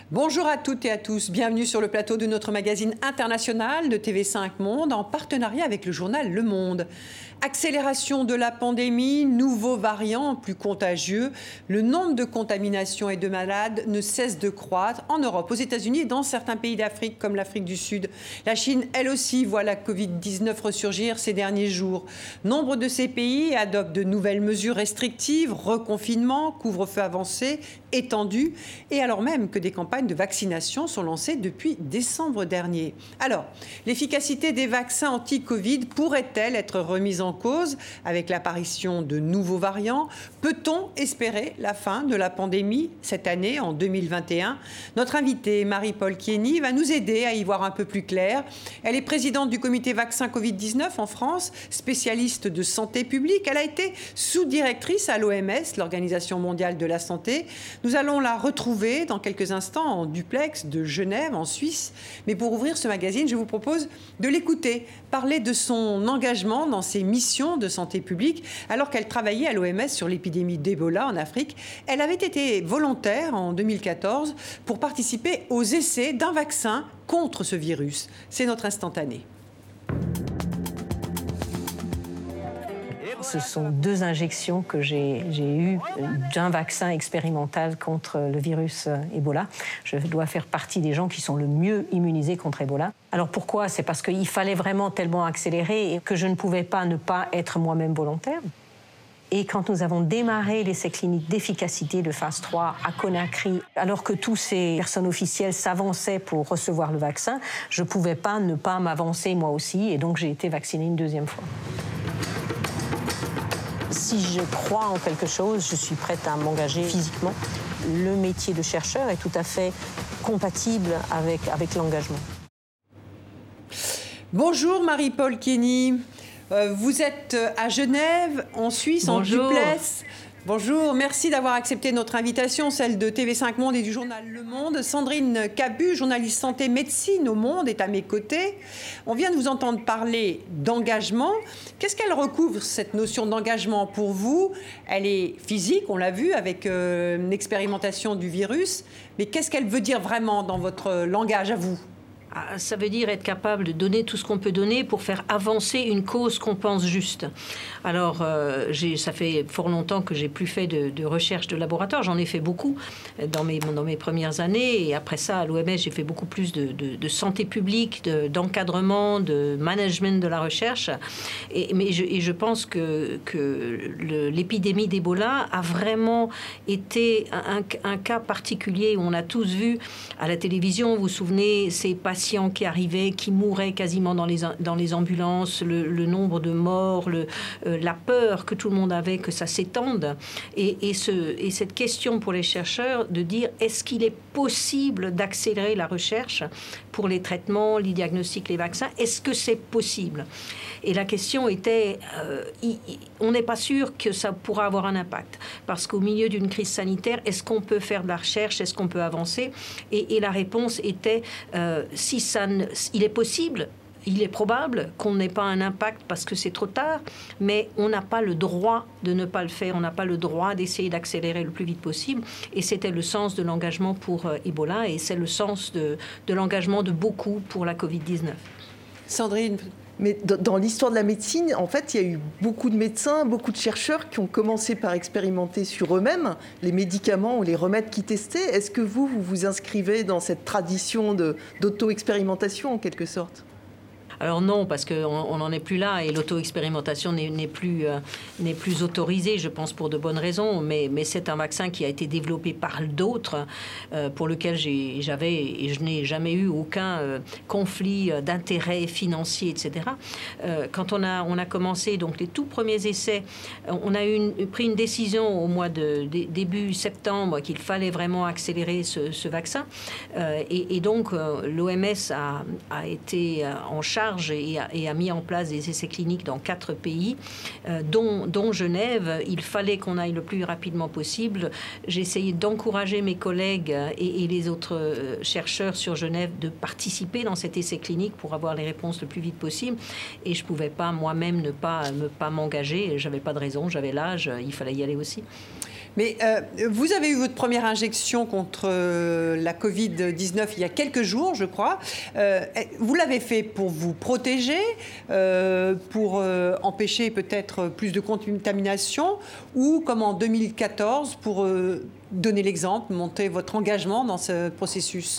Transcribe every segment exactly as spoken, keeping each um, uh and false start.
Bonjour à toutes et à tous, bienvenue sur le plateau de notre magazine international de T V cinq Monde en partenariat avec le journal Le Monde. Accélération de la pandémie, nouveaux variants plus contagieux, le nombre de contaminations et de malades ne cesse de croître en Europe, aux États-Unis et dans certains pays d'Afrique comme l'Afrique du Sud. La Chine, elle aussi, voit la covid dix-neuf ressurgir ces derniers jours. Nombre de ces pays adoptent de nouvelles mesures restrictives, reconfinement, couvre-feu avancé, étendu, et alors même que des campagnes de vaccination sont lancées depuis décembre dernier. Alors, l'efficacité des vaccins anti-Covid pourrait-elle être remise en cause avec l'apparition de nouveaux variants? Peut-on espérer la fin de la pandémie cette année, en deux mille vingt et un? Notre invitée, Marie-Paule Kieny, va nous aider à y voir un peu plus clair. Elle est présidente du comité vaccin covid dix-neuf en France, spécialiste de santé publique. Elle a été sous-directrice à l'O M S, l'Organisation mondiale de la santé. Nous allons la retrouver dans quelques instants en duplex de Genève, en Suisse. Mais pour ouvrir ce magazine, je vous propose de l'écouter, parler de son engagement dans ses missions de santé publique. Alors qu'elle travaillait à l'O M S sur l'épidémie d'Ebola en Afrique, elle avait été volontaire en deux mille quatorze pour participer aux essais d'un vaccin contre ce virus. C'est notre instantané. Ce sont deux injections que j'ai, j'ai eues d'un vaccin expérimental contre le virus Ebola. Je dois faire partie des gens qui sont le mieux immunisés contre Ebola. Alors pourquoi? C'est parce qu'il fallait vraiment tellement accélérer et que je ne pouvais pas ne pas être moi-même volontaire. Et quand nous avons démarré l'essai clinique d'efficacité de phase trois à Conakry, alors que tous ces personnes officielles s'avançaient pour recevoir le vaccin, je ne pouvais pas ne pas m'avancer moi aussi, et donc j'ai été vaccinée une deuxième fois. Si je crois en quelque chose, je suis prête à m'engager physiquement. Le métier de chercheur est tout à fait compatible avec, avec l'engagement. Bonjour Marie-Paule Kieny. Euh, vous êtes à Genève, en Suisse, Bonjour. en duplex. Bonjour, merci d'avoir accepté notre invitation, celle de T V cinq Monde et du journal Le Monde. Sandrine Cabu, journaliste santé médecine au Monde, est à mes côtés. On vient de vous entendre parler d'engagement. Qu'est-ce qu'elle recouvre, cette notion d'engagement pour vous? Elle est physique, on l'a vu, avec euh, une expérimentation du virus. Mais qu'est-ce qu'elle veut dire vraiment dans votre langage à vous? Ça veut dire être capable de donner tout ce qu'on peut donner pour faire avancer une cause qu'on pense juste. Alors, euh, j'ai, ça fait fort longtemps que j'ai plus fait de, de recherche de laboratoire. J'en ai fait beaucoup dans mes, dans mes premières années. Et après ça, à l'O M S, j'ai fait beaucoup plus de, de, de santé publique, de, d'encadrement, de management de la recherche. Et, mais je, et je pense que, que le, l'épidémie d'Ebola a vraiment été un, un cas particulier où on a tous vu à la télévision, vous vous souvenez, ces patients qui arrivaient, qui mouraient quasiment dans les, dans les ambulances, le, le nombre de morts, le, euh, la peur que tout le monde avait que ça s'étende. Et, et, ce, et cette question pour les chercheurs de dire est-ce qu'il est possible d'accélérer la recherche pour les traitements, les diagnostics, les vaccins? Est-ce que c'est possible? Et la question était, euh, y, y, on n'est pas sûr que ça pourra avoir un impact. Parce qu'au milieu d'une crise sanitaire, est-ce qu'on peut faire de la recherche? Est-ce qu'on peut avancer? Et, et la réponse était, euh, si ça ne, il est possible, il est probable qu'on n'ait pas un impact parce que c'est trop tard, mais on n'a pas le droit de ne pas le faire. On n'a pas le droit d'essayer d'accélérer le plus vite possible. Et c'était le sens de l'engagement pour euh, Ebola, et c'est le sens de, de l'engagement de beaucoup pour la covid dix-neuf. Sandrine. Mais dans l'histoire de la médecine, en fait, il y a eu beaucoup de médecins, beaucoup de chercheurs qui ont commencé par expérimenter sur eux-mêmes les médicaments ou les remèdes qu'ils testaient. Est-ce que vous, vous vous inscrivez dans cette tradition de, d'auto-expérimentation, en quelque sorte ? Alors non, parce qu'on n'en est plus là et l'auto-expérimentation n'est, n'est, plus, euh, n'est plus autorisée, je pense, pour de bonnes raisons. Mais, mais c'est un vaccin qui a été développé par d'autres, euh, pour lequel j'ai, j'avais et je n'ai jamais eu aucun euh, conflit d'intérêts financiers, et cetera. Euh, quand on a, on a commencé donc les tout premiers essais, on a une, pris une décision au mois de, de début septembre qu'il fallait vraiment accélérer ce, ce vaccin. Euh, et, et donc euh, l'O M S a, a été en charge charge et a, et a mis en place des essais cliniques dans quatre pays, euh, dont, dont Genève. Il fallait qu'on aille le plus rapidement possible. J'ai essayé d'encourager mes collègues et, et les autres chercheurs sur Genève de participer dans cet essai clinique pour avoir les réponses le plus vite possible. Et je ne pouvais pas moi-même ne pas, ne pas m'engager. Je n'avais pas de raison, j'avais l'âge, il fallait y aller aussi. Mais euh, vous avez eu votre première injection contre euh, la covid dix-neuf il y a quelques jours, je crois. Euh, vous l'avez fait pour vous protéger, euh, pour euh, empêcher peut-être plus de contamination, ou comme en deux mille quatorze, pour euh, donner l'exemple, montrer votre engagement dans ce processus?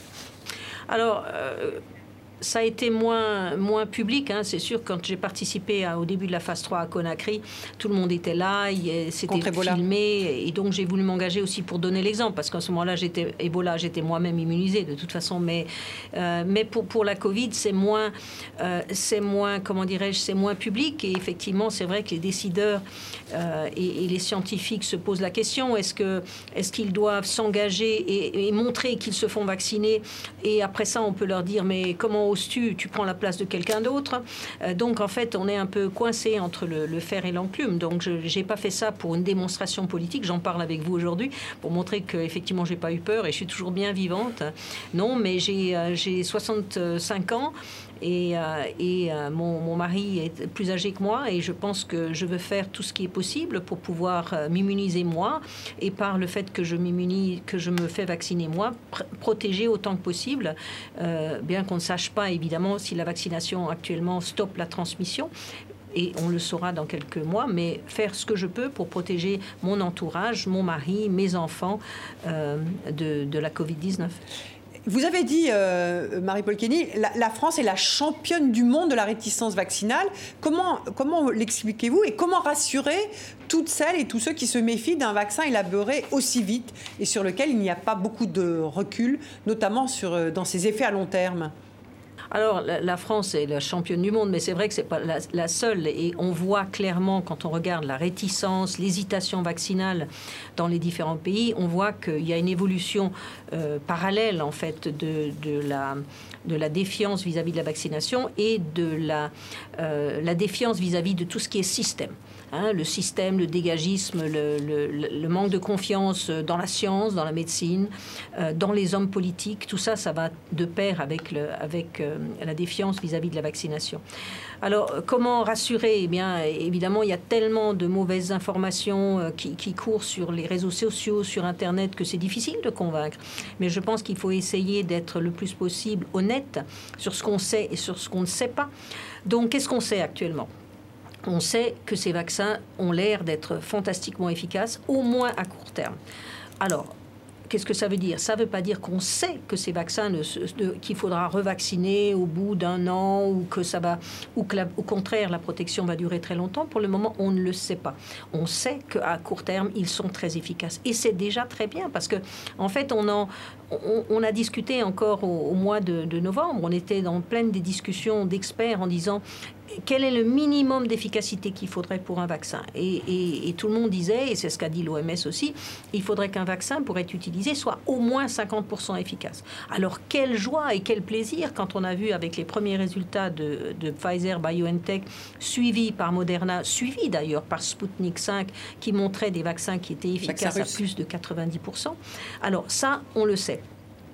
Alors... Euh Ça a été moins, moins public, hein. C'est sûr, quand j'ai participé à, au début de la phase trois à Conakry, tout le monde était là, c'était filmé, et donc j'ai voulu m'engager aussi pour donner l'exemple, parce qu'à ce moment-là, j'étais Ebola, j'étais moi-même immunisée de toute façon, mais, euh, mais pour, pour la Covid, c'est moins, euh, c'est moins, comment dirais-je, c'est moins public, et effectivement, c'est vrai que les décideurs euh, et, et les scientifiques se posent la question, est-ce que, est-ce qu'ils doivent s'engager et, et montrer qu'ils se font vacciner, et après ça, on peut leur dire, mais comment oses-tu, tu prends la place de quelqu'un d'autre. Euh, donc, en fait, on est un peu coincé entre le, le fer et l'enclume. Donc, je n'ai pas fait ça pour une démonstration politique. J'en parle avec vous aujourd'hui pour montrer qu'effectivement, je n'ai pas eu peur et je suis toujours bien vivante. Non, mais j'ai euh, j'ai soixante-cinq ans. Et, euh, et euh, mon, mon mari est plus âgé que moi et je pense que je veux faire tout ce qui est possible pour pouvoir euh, m'immuniser moi et par le fait que je m'immunise, que je me fais vacciner moi, pr- protéger autant que possible, euh, bien qu'on ne sache pas évidemment si la vaccination actuellement stoppe la transmission. Et on le saura dans quelques mois, mais faire ce que je peux pour protéger mon entourage, mon mari, mes enfants euh, de, de la covid dix-neuf. Vous avez dit, euh, Marie-Paule Kenny, la, la France est la championne du monde de la réticence vaccinale. Comment, comment l'expliquez-vous et comment rassurer toutes celles et tous ceux qui se méfient d'un vaccin élaboré aussi vite et sur lequel il n'y a pas beaucoup de recul, notamment sur, dans ses effets à long terme ? Alors, la, la France est la championne du monde, mais c'est vrai que ce n'est pas la, la seule. Et on voit clairement, quand on regarde la réticence, l'hésitation vaccinale dans les différents pays, on voit qu'il y a une évolution euh, parallèle, en fait, de, de, la, de la défiance vis-à-vis de la vaccination et de la, euh, la défiance vis-à-vis de tout ce qui est système. Hein, le système, le dégagisme, le, le, le manque de confiance dans la science, dans la médecine, euh, dans les hommes politiques, tout ça, ça va de pair avec, le, avec euh, la défiance vis-à-vis de la vaccination. Alors, comment rassurer ? Eh bien, évidemment, il y a tellement de mauvaises informations euh, qui, qui courent sur les réseaux sociaux, sur Internet, que c'est difficile de convaincre. Mais je pense qu'il faut essayer d'être le plus possible honnête sur ce qu'on sait et sur ce qu'on ne sait pas. Donc, qu'est-ce qu'on sait actuellement ? On sait que ces vaccins ont l'air d'être fantastiquement efficaces, au moins à court terme. Alors, qu'est-ce que ça veut dire ? Ça ne veut pas dire qu'on sait que ces vaccins, ne, ne, qu'il faudra revacciner au bout d'un an ou que ça va, ou que la, au contraire la protection va durer très longtemps. Pour le moment, on ne le sait pas. On sait qu'à court terme, ils sont très efficaces et c'est déjà très bien parce que en fait, on en on, on a discuté encore au, au mois de, de novembre. On était dans pleine des discussions d'experts en disant quel est le minimum d'efficacité qu'il faudrait pour un vaccin ? Et, et, et tout le monde disait, et c'est ce qu'a dit l'O M S aussi, il faudrait qu'un vaccin, pour être utilisé, soit au moins cinquante pour cent efficace. Alors, quelle joie et quel plaisir quand on a vu avec les premiers résultats de, de Pfizer-BioNTech, suivis par Moderna, suivis d'ailleurs par Sputnik cinq, qui montraient des vaccins qui étaient efficaces à plus de quatre-vingt-dix pour cent. Alors, ça, on le sait.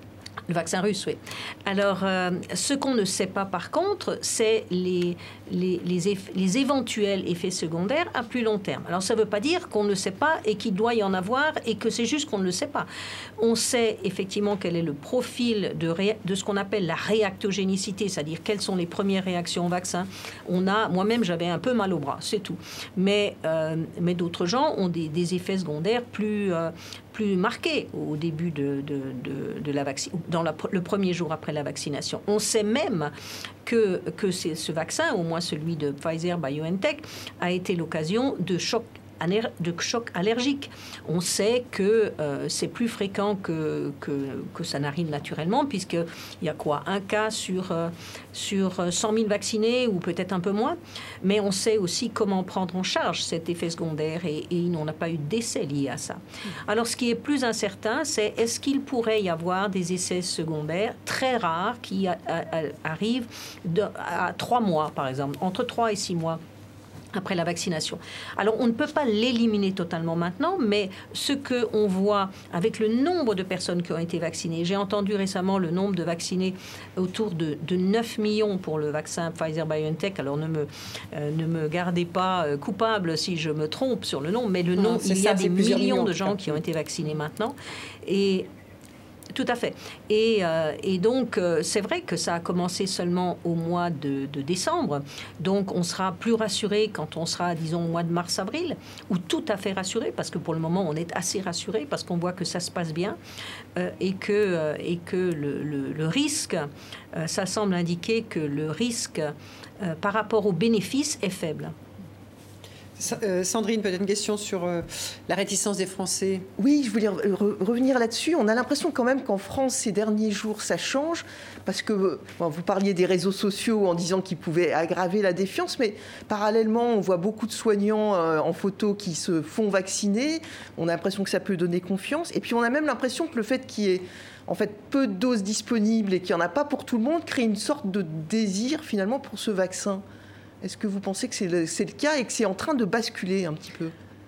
Le vaccin russe, oui. Alors, euh, ce qu'on ne sait pas, par contre, c'est les, les, les, eff- les éventuels effets secondaires à plus long terme. Alors, ça ne veut pas dire qu'on ne sait pas et qu'il doit y en avoir et que c'est juste qu'on ne le sait pas. On sait effectivement quel est le profil de, ré- de ce qu'on appelle la réactogénicité, c'est-à-dire quelles sont les premières réactions au vaccin. On a, moi-même, j'avais un peu mal au bras, c'est tout. Mais, euh, mais d'autres gens ont des, des effets secondaires plus... Euh, plus marqué au début de, de, de, de la vaccine, dans la, le premier jour après la vaccination. On sait même que, que c'est, ce vaccin, au moins celui de Pfizer-BioNTech, a été l'occasion de chocs de choc allergique. On sait que euh, c'est plus fréquent que, que, que ça n'arrive naturellement, puisqu'il y a quoi, un cas sur, euh, sur cent mille vaccinés, ou peut-être un peu moins. Mais on sait aussi comment prendre en charge cet effet secondaire, et, et on n'a pas eu de décès lié à ça. Alors, ce qui est plus incertain, c'est est-ce qu'il pourrait y avoir des essais secondaires très rares qui a, a, a, arrivent de, à trois mois, par exemple, entre trois et six mois après la vaccination. Alors, on ne peut pas l'éliminer totalement maintenant, mais ce qu'on voit avec le nombre de personnes qui ont été vaccinées, j'ai entendu récemment le nombre de vaccinés autour de, de neuf millions pour le vaccin Pfizer-BioNTech. Alors, ne me, euh, ne me gardez pas euh, coupable si je me trompe sur le nombre, mais le nombre, il y a des millions, millions de gens qui ont été vaccinés maintenant. Et tout à fait. Et, euh, et donc, euh, c'est vrai que ça a commencé seulement au mois de, de décembre. Donc, on sera plus rassuré quand on sera, disons, au mois de mars-avril, ou tout à fait rassuré, parce que pour le moment, on est assez rassuré, parce qu'on voit que ça se passe bien, euh, et que, euh, et que le, le, le risque, euh, ça semble indiquer que le risque euh, par rapport aux bénéfices est faible. Sandrine, peut-être une question sur euh, la réticence des Français. Oui, je voulais re- revenir là-dessus. On a l'impression quand même qu'en France, ces derniers jours, ça change. Parce que bon, vous parliez des réseaux sociaux en disant qu'ils pouvaient aggraver la défiance, mais parallèlement, on voit beaucoup de soignants euh, en photo qui se font vacciner. On a l'impression que ça peut donner confiance. Et puis, on a même l'impression que le fait qu'il y ait en fait peu de doses disponibles et qu'il n'y en a pas pour tout le monde crée une sorte de désir, finalement, pour ce vaccin. Est-ce que vous pensez que c'est le, c'est le cas et que c'est en train de basculer un petit peu ?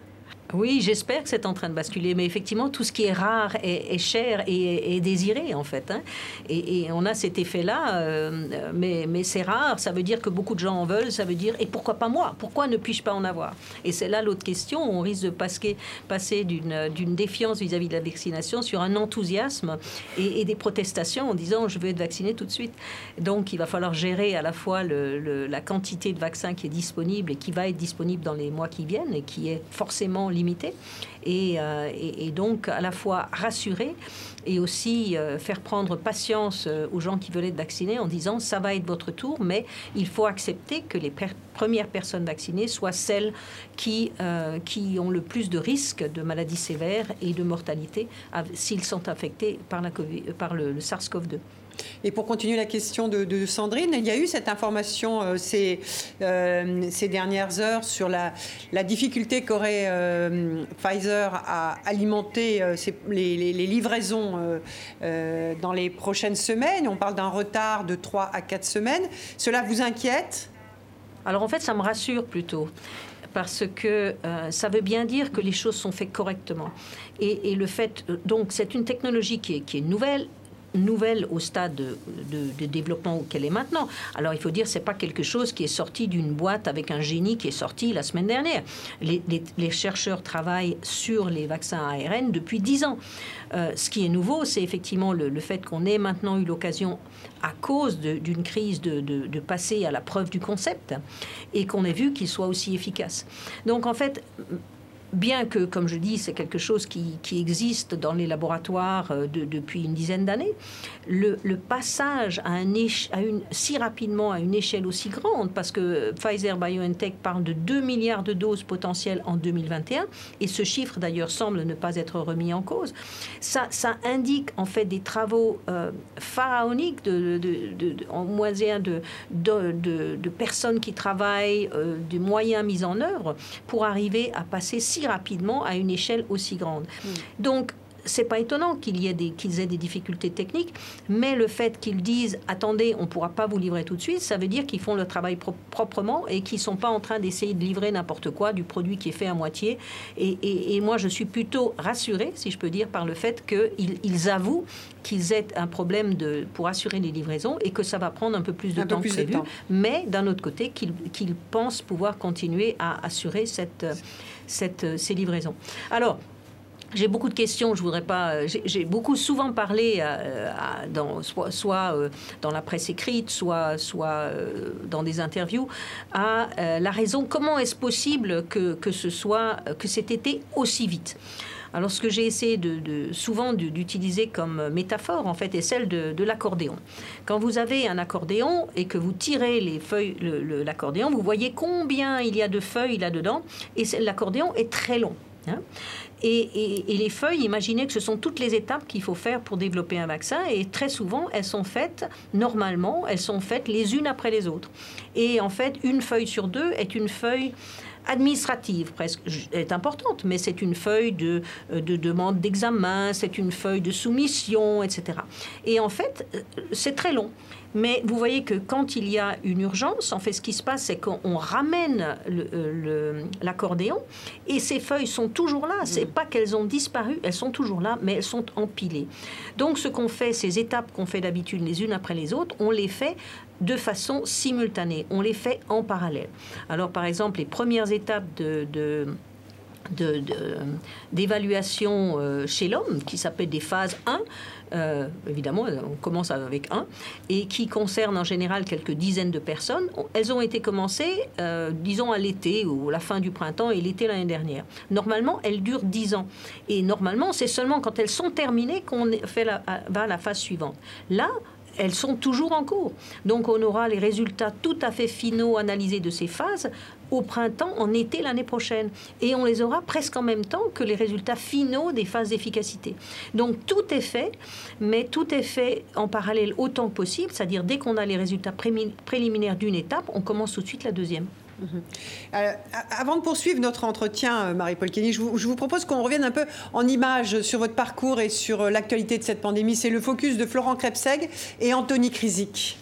Oui, j'espère que c'est en train de basculer, mais effectivement, tout ce qui est rare est, est cher et est désiré, en fait. Hein. Et, et on a cet effet-là, euh, mais, mais c'est rare, ça veut dire que beaucoup de gens en veulent, ça veut dire, et pourquoi pas moi ? Pourquoi ne puis-je pas en avoir ? Et c'est là l'autre question, on risque de passer, passer d'une, d'une défiance vis-à-vis de la vaccination sur un enthousiasme et, et des protestations en disant, je veux être vacciné tout de suite. Donc, il va falloir gérer à la fois le, le, la quantité de vaccins qui est disponible et qui va être disponible dans les mois qui viennent et qui est forcément limité. Et, euh, et, et donc à la fois rassurer et aussi euh, faire prendre patience euh, aux gens qui veulent être vaccinés en disant ça va être votre tour, mais il faut accepter que les per- premières personnes vaccinées soient celles qui, euh, qui ont le plus de risques de maladies sévères et de mortalité s'ils sont infectés par, la COVID, par le, le SARS-CoV deux. Et pour continuer la question de, de Sandrine, il y a eu cette information euh, ces, euh, ces dernières heures sur la, la difficulté qu'aurait euh, Pfizer à alimenter euh, ces, les, les, les livraisons euh, euh, dans les prochaines semaines. On parle d'un retard de trois à quatre semaines. Cela vous inquiète ? Alors en fait, ça me rassure plutôt. Parce que euh, ça veut bien dire que les choses sont faites correctement. Et, et le fait, donc c'est une technologie qui est, qui est nouvelle, nouvelle au stade de, de, de développement auquel elle est maintenant. Alors, il faut dire, c'est pas quelque chose qui est sorti d'une boîte avec un génie qui est sorti la semaine dernière. Les, les, les chercheurs travaillent sur les vaccins A R N depuis dix ans. Euh, ce qui est nouveau, c'est effectivement le, le fait qu'on ait maintenant eu l'occasion, à cause de, d'une crise, de, de, de passer à la preuve du concept et qu'on ait vu qu'il soit aussi efficace. Donc, en fait, bien que, comme je dis, c'est quelque chose qui, qui existe dans les laboratoires de, depuis une dizaine d'années, le, le passage à, un éche, à une, si rapidement à une échelle aussi grande, parce que Pfizer-BioNTech parle de deux milliards de doses potentielles en deux mille vingt et un, et ce chiffre d'ailleurs semble ne pas être remis en cause, ça, ça indique en fait des travaux euh, pharaoniques de, de, de, de, en moyen de, de, de, de personnes qui travaillent, euh, des moyens mis en œuvre pour arriver à passer si rapidement à une échelle aussi grande. Mmh. Donc, c'est pas étonnant qu'il y ait des, qu'ils aient des difficultés techniques, mais le fait qu'ils disent « Attendez, on ne pourra pas vous livrer tout de suite », ça veut dire qu'ils font le travail pro- proprement et qu'ils ne sont pas en train d'essayer de livrer n'importe quoi, du produit qui est fait à moitié. Et, et, et moi, je suis plutôt rassurée, si je peux dire, par le fait qu'ils ils avouent qu'ils aient un problème de, pour assurer les livraisons et que ça va prendre un peu plus de un temps plus que prévu, de temps. Mais d'un autre côté, qu'ils, qu'ils pensent pouvoir continuer à assurer cette, cette, ces livraisons. Alors, J'ai beaucoup de questions, je voudrais pas. J'ai, j'ai beaucoup souvent parlé, euh, à, dans, soit, soit euh, dans la presse écrite, soit, soit euh, dans des interviews, à euh, la raison. Comment est-ce possible que, que ce soit, que cet été aussi vite? Alors, ce que j'ai essayé de, de, souvent de, d'utiliser comme métaphore, en fait, est celle de, de l'accordéon. Quand vous avez un accordéon et que vous tirez les feuilles, le, le, l'accordéon, vous voyez combien il y a de feuilles là-dedans, et l'accordéon est très long. Hein. Et, et, et les feuilles, imaginez que ce sont toutes les étapes qu'il faut faire pour développer un vaccin. Et très souvent, elles sont faites, normalement, elles sont faites les unes après les autres. Et en fait, une feuille sur deux est une feuille administrative, presque, est importante, mais c'est une feuille de, de demande d'examen, c'est une feuille de soumission, et cetera. Et en fait, c'est très long. Mais vous voyez que quand il y a une urgence, en fait, ce qui se passe, c'est qu'on ramène le, le, l'accordéon et ces feuilles sont toujours là. C'est pas qu'elles ont disparu, elles sont toujours là, mais elles sont empilées. Donc, ce qu'on fait, ces étapes qu'on fait d'habitude les unes après les autres, on les fait de façon simultanée. On les fait en parallèle. Alors, par exemple, les premières étapes de... de De, de, d'évaluation euh, chez l'homme, qui s'appelle des phases un, euh, évidemment, on commence avec un, et qui concerne en général quelques dizaines de personnes. Elles ont été commencées, euh, disons, à l'été ou à la fin du printemps et l'été l'année dernière. Normalement, elles durent dix ans. Et normalement, c'est seulement quand elles sont terminées qu'on fait la, va à la phase suivante. Là, elles sont toujours en cours. Donc, on aura les résultats tout à fait finaux analysés de ces phases au printemps, en été l'année prochaine. Et on les aura presque en même temps que les résultats finaux des phases d'efficacité. Donc, tout est fait, mais tout est fait en parallèle autant que possible, c'est-à-dire dès qu'on a les résultats pré- préliminaires d'une étape, on commence tout de suite la deuxième. Mmh. Euh, avant de poursuivre notre entretien, Marie-Paule Kenny, je vous, je vous propose qu'on revienne un peu en images sur votre parcours et sur l'actualité de cette pandémie. C'est le focus de Florent Krebseg et Anthony Krzyk.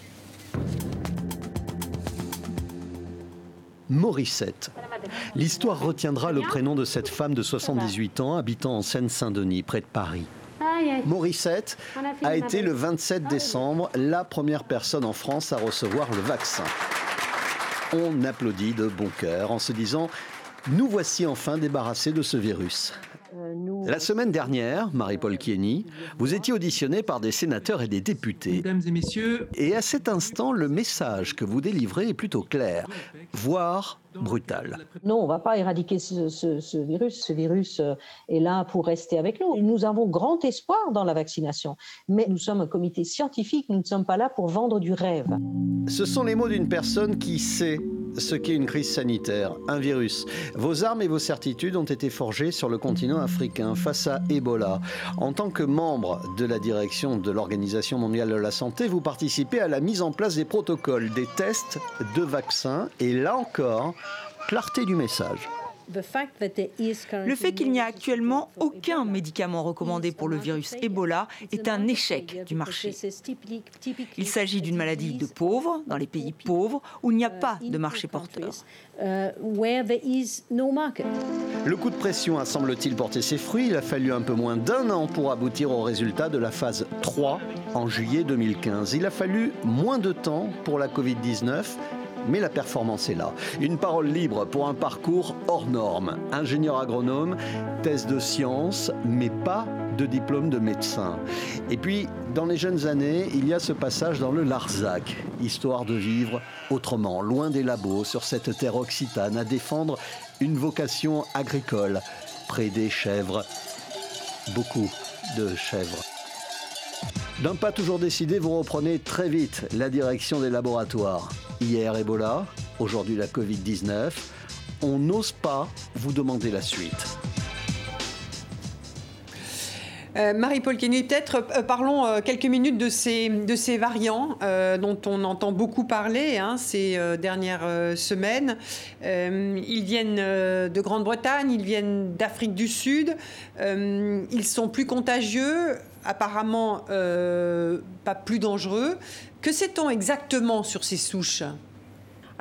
Morissette. L'histoire retiendra le prénom de cette femme de soixante-dix-huit ans habitant en Seine-Saint-Denis, près de Paris. Morissette a été le vingt-sept décembre la première personne en France à recevoir le vaccin. On applaudit de bon cœur en se disant « Nous voici enfin débarrassés de ce virus ». La semaine dernière, Marie-Paule Kenny, vous étiez auditionnée par des sénateurs et des députés. Mesdames et messieurs. Et à cet instant, le message que vous délivrez est plutôt clair, voire brutal. Non, on ne va pas éradiquer ce, ce, ce virus. Ce virus est là pour rester avec nous. Nous avons grand espoir dans la vaccination. Mais nous sommes un comité scientifique, nous ne sommes pas là pour vendre du rêve. Ce sont les mots d'une personne qui sait ce qu'est une crise sanitaire, un virus. Vos armes et vos certitudes ont été forgées sur le continent africain face à Ebola. En tant que membre de la direction de l'Organisation mondiale de la santé, vous participez à la mise en place des protocoles, des tests de vaccins et là encore, clarté du message. Le fait qu'il n'y a actuellement aucun médicament recommandé pour le virus Ebola est un échec du marché. Il s'agit d'une maladie de pauvres, dans les pays pauvres, où il n'y a pas de marché porteur. Le coup de pression a, semble-t-il, porté ses fruits. Il a fallu un peu moins d'un an pour aboutir au résultat de la phase trois en juillet deux mille quinze. Il a fallu moins de temps pour la covid dix-neuf. Mais la performance est là. Une parole libre pour un parcours hors norme. Ingénieur agronome, thèse de sciences, mais pas de diplôme de médecin. Et puis, dans les jeunes années, il y a ce passage dans le Larzac, histoire de vivre autrement, loin des labos, sur cette terre occitane, à défendre une vocation agricole, près des chèvres. Beaucoup de chèvres. D'un pas toujours décidé, vous reprenez très vite la direction des laboratoires. Hier Ebola, aujourd'hui la covid dix-neuf. On n'ose pas vous demander la suite. Euh, Marie-Paule Kenny, peut-être euh, parlons euh, quelques minutes de ces, de ces variants euh, dont on entend beaucoup parler hein, ces euh, dernières euh, semaines. Euh, ils viennent euh, de Grande-Bretagne, ils viennent d'Afrique du Sud. Euh, ils sont plus contagieux, apparemment euh, pas plus dangereux. Que sait-on exactement sur ces souches ?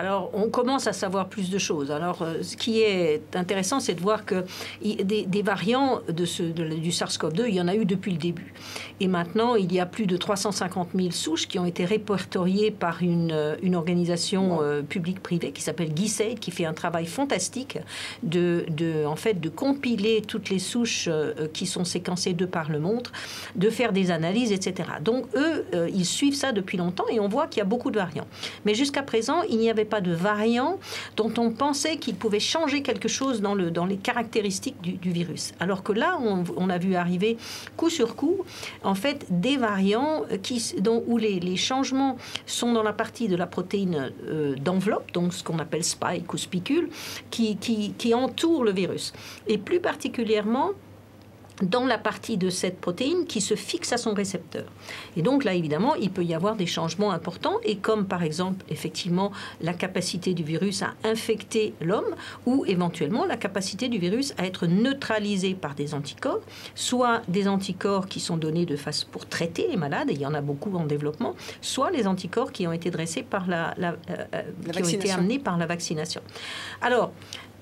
Alors, on commence à savoir plus de choses. Alors, euh, ce qui est intéressant, c'est de voir que y, des, des variants de ce, de, du SARS-CoV deux, il y en a eu depuis le début. Et maintenant, il y a plus de trois cent cinquante mille souches qui ont été répertoriées par une, une organisation euh, publique-privée qui s'appelle GISAID, qui fait un travail fantastique de, de, en fait, de compiler toutes les souches euh, qui sont séquencées de par le monde, de faire des analyses, et cetera. Donc, eux, euh, ils suivent ça depuis longtemps et on voit qu'il y a beaucoup de variants. Mais jusqu'à présent, il n'y avait pas de variants dont on pensait qu'ils pouvaient changer quelque chose dans, le, dans les caractéristiques du, du virus. Alors que là, on, on a vu arriver coup sur coup, en fait, des variants qui, dont, où les, les changements sont dans la partie de la protéine euh, d'enveloppe, donc ce qu'on appelle spike ou spicule, qui, qui, qui entoure le virus. Et plus particulièrement, dans la partie de cette protéine qui se fixe à son récepteur. Et donc là, évidemment, il peut y avoir des changements importants, et comme par exemple, effectivement, la capacité du virus à infecter l'homme, ou éventuellement la capacité du virus à être neutralisé par des anticorps, soit des anticorps qui sont donnés de face pour traiter les malades, et il y en a beaucoup en développement, soit les anticorps qui ont été dressés par la, la, euh, la qui ont été amenés par la vaccination. Alors,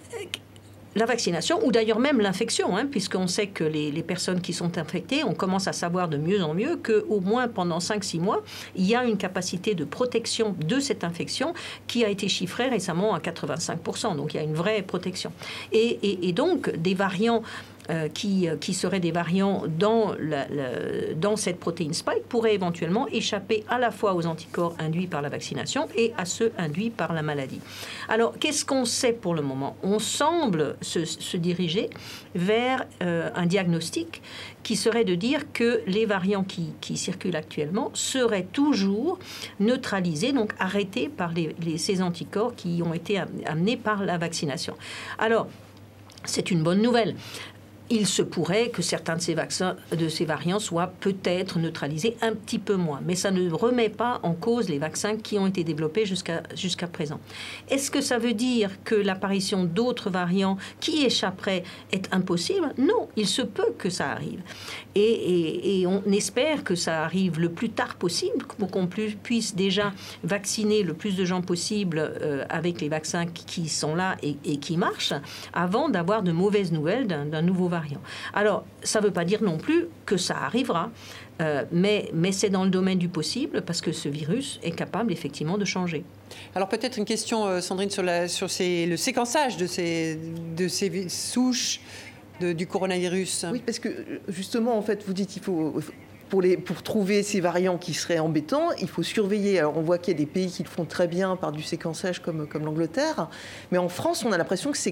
la vaccination, ou d'ailleurs même l'infection, hein, puisqu'on sait que les, les personnes qui sont infectées, on commence à savoir de mieux en mieux qu'au moins pendant cinq six mois, il y a une capacité de protection de cette infection qui a été chiffrée récemment à quatre-vingt-cinq pour cent. Donc il y a une vraie protection. Et, et, et donc des variants Euh, qui, qui seraient des variants dans, la, la, dans cette protéine spike pourraient éventuellement échapper à la fois aux anticorps induits par la vaccination et à ceux induits par la maladie. Alors, qu'est-ce qu'on sait pour le moment? On semble se, se diriger vers euh, un diagnostic qui serait de dire que les variants qui, qui circulent actuellement seraient toujours neutralisés, donc arrêtés par les, les, ces anticorps qui ont été amenés par la vaccination. Alors, c'est une bonne nouvelle. Il se pourrait que certains de ces vaccins, de ces variants soient peut-être neutralisés un petit peu moins. Mais ça ne remet pas en cause les vaccins qui ont été développés jusqu'à, jusqu'à présent. Est-ce que ça veut dire que l'apparition d'autres variants qui échapperaient est impossible? Non, il se peut que ça arrive. Et, et, et on espère que ça arrive le plus tard possible pour qu'on puisse déjà vacciner le plus de gens possible euh, avec les vaccins qui sont là et, et qui marchent avant d'avoir de mauvaises nouvelles d'un, d'un nouveau variant. Alors, ça ne veut pas dire non plus que ça arrivera, euh, mais, mais c'est dans le domaine du possible parce que ce virus est capable effectivement de changer. Alors peut-être une question, euh, Sandrine, sur, la, sur ces, le séquençage de ces, de ces souches de, du coronavirus. Oui, parce que justement, en fait, vous dites qu'il faut... Pour, les, pour trouver ces variants qui seraient embêtants, il faut surveiller. Alors on voit qu'il y a des pays qui le font très bien par du séquençage comme, comme l'Angleterre, mais en France, on a l'impression qu'il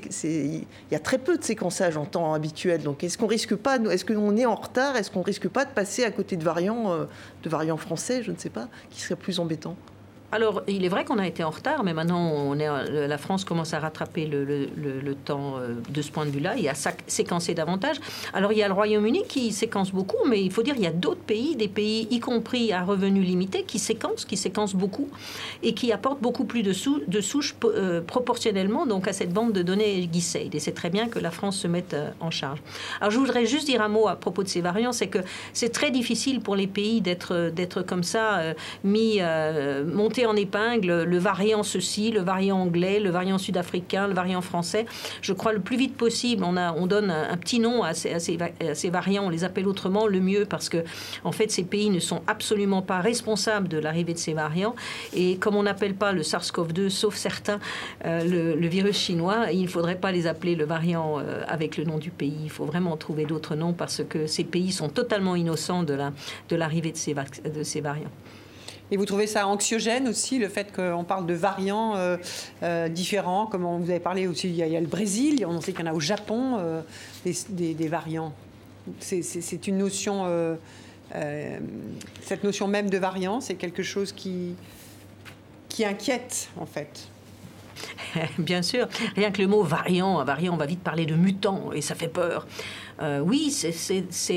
y a très peu de séquençage en temps habituel. Donc est-ce qu'on risque pas, est-ce qu'on est en retard? Est-ce qu'on risque pas de passer à côté de variants, euh, de variants français, je ne sais pas, qui seraient plus embêtants? Alors, il est vrai qu'on a été en retard, mais maintenant, on est, la France commence à rattraper le, le, le, le temps de ce point de vue-là et à séquencer davantage. Alors, il y a le Royaume-Uni qui séquence beaucoup, mais il faut dire qu'il y a d'autres pays, des pays y compris à revenus limités, qui séquencent, qui séquencent beaucoup et qui apportent beaucoup plus de, sou, de souches euh, proportionnellement donc à cette banque de données GISAID. Et c'est très bien que la France se mette euh, en charge. Alors, je voudrais juste dire un mot à propos de ces variants, c'est que c'est très difficile pour les pays d'être, d'être comme ça, euh, mis, euh, montés en épingle, le variant ceci, le variant anglais, le variant sud-africain, le variant français. Je crois le plus vite possible, on, a, on donne un, un petit nom à ces, à, ces, à ces variants, on les appelle autrement, le mieux, parce que en fait, ces pays ne sont absolument pas responsables de l'arrivée de ces variants. Et comme on n'appelle pas le SARS-CoV deux, sauf certains, euh, le, le virus chinois, il ne faudrait pas les appeler le variant euh, avec le nom du pays. Il faut vraiment trouver d'autres noms parce que ces pays sont totalement innocents de, la, de l'arrivée de ces, de ces variants. Et vous trouvez ça anxiogène aussi, le fait qu'on parle de variants euh, euh, différents, comme on vous avez parlé aussi, il y a, il y a le Brésil, on sait qu'il y en a au Japon, euh, des, des, des variants. C'est, c'est, c'est une notion, euh, euh, cette notion même de variant, c'est quelque chose qui, qui inquiète en fait. Bien sûr, rien que le mot variant, variant, on va vite parler de mutant et ça fait peur. Euh, oui, c'est, c'est, c'est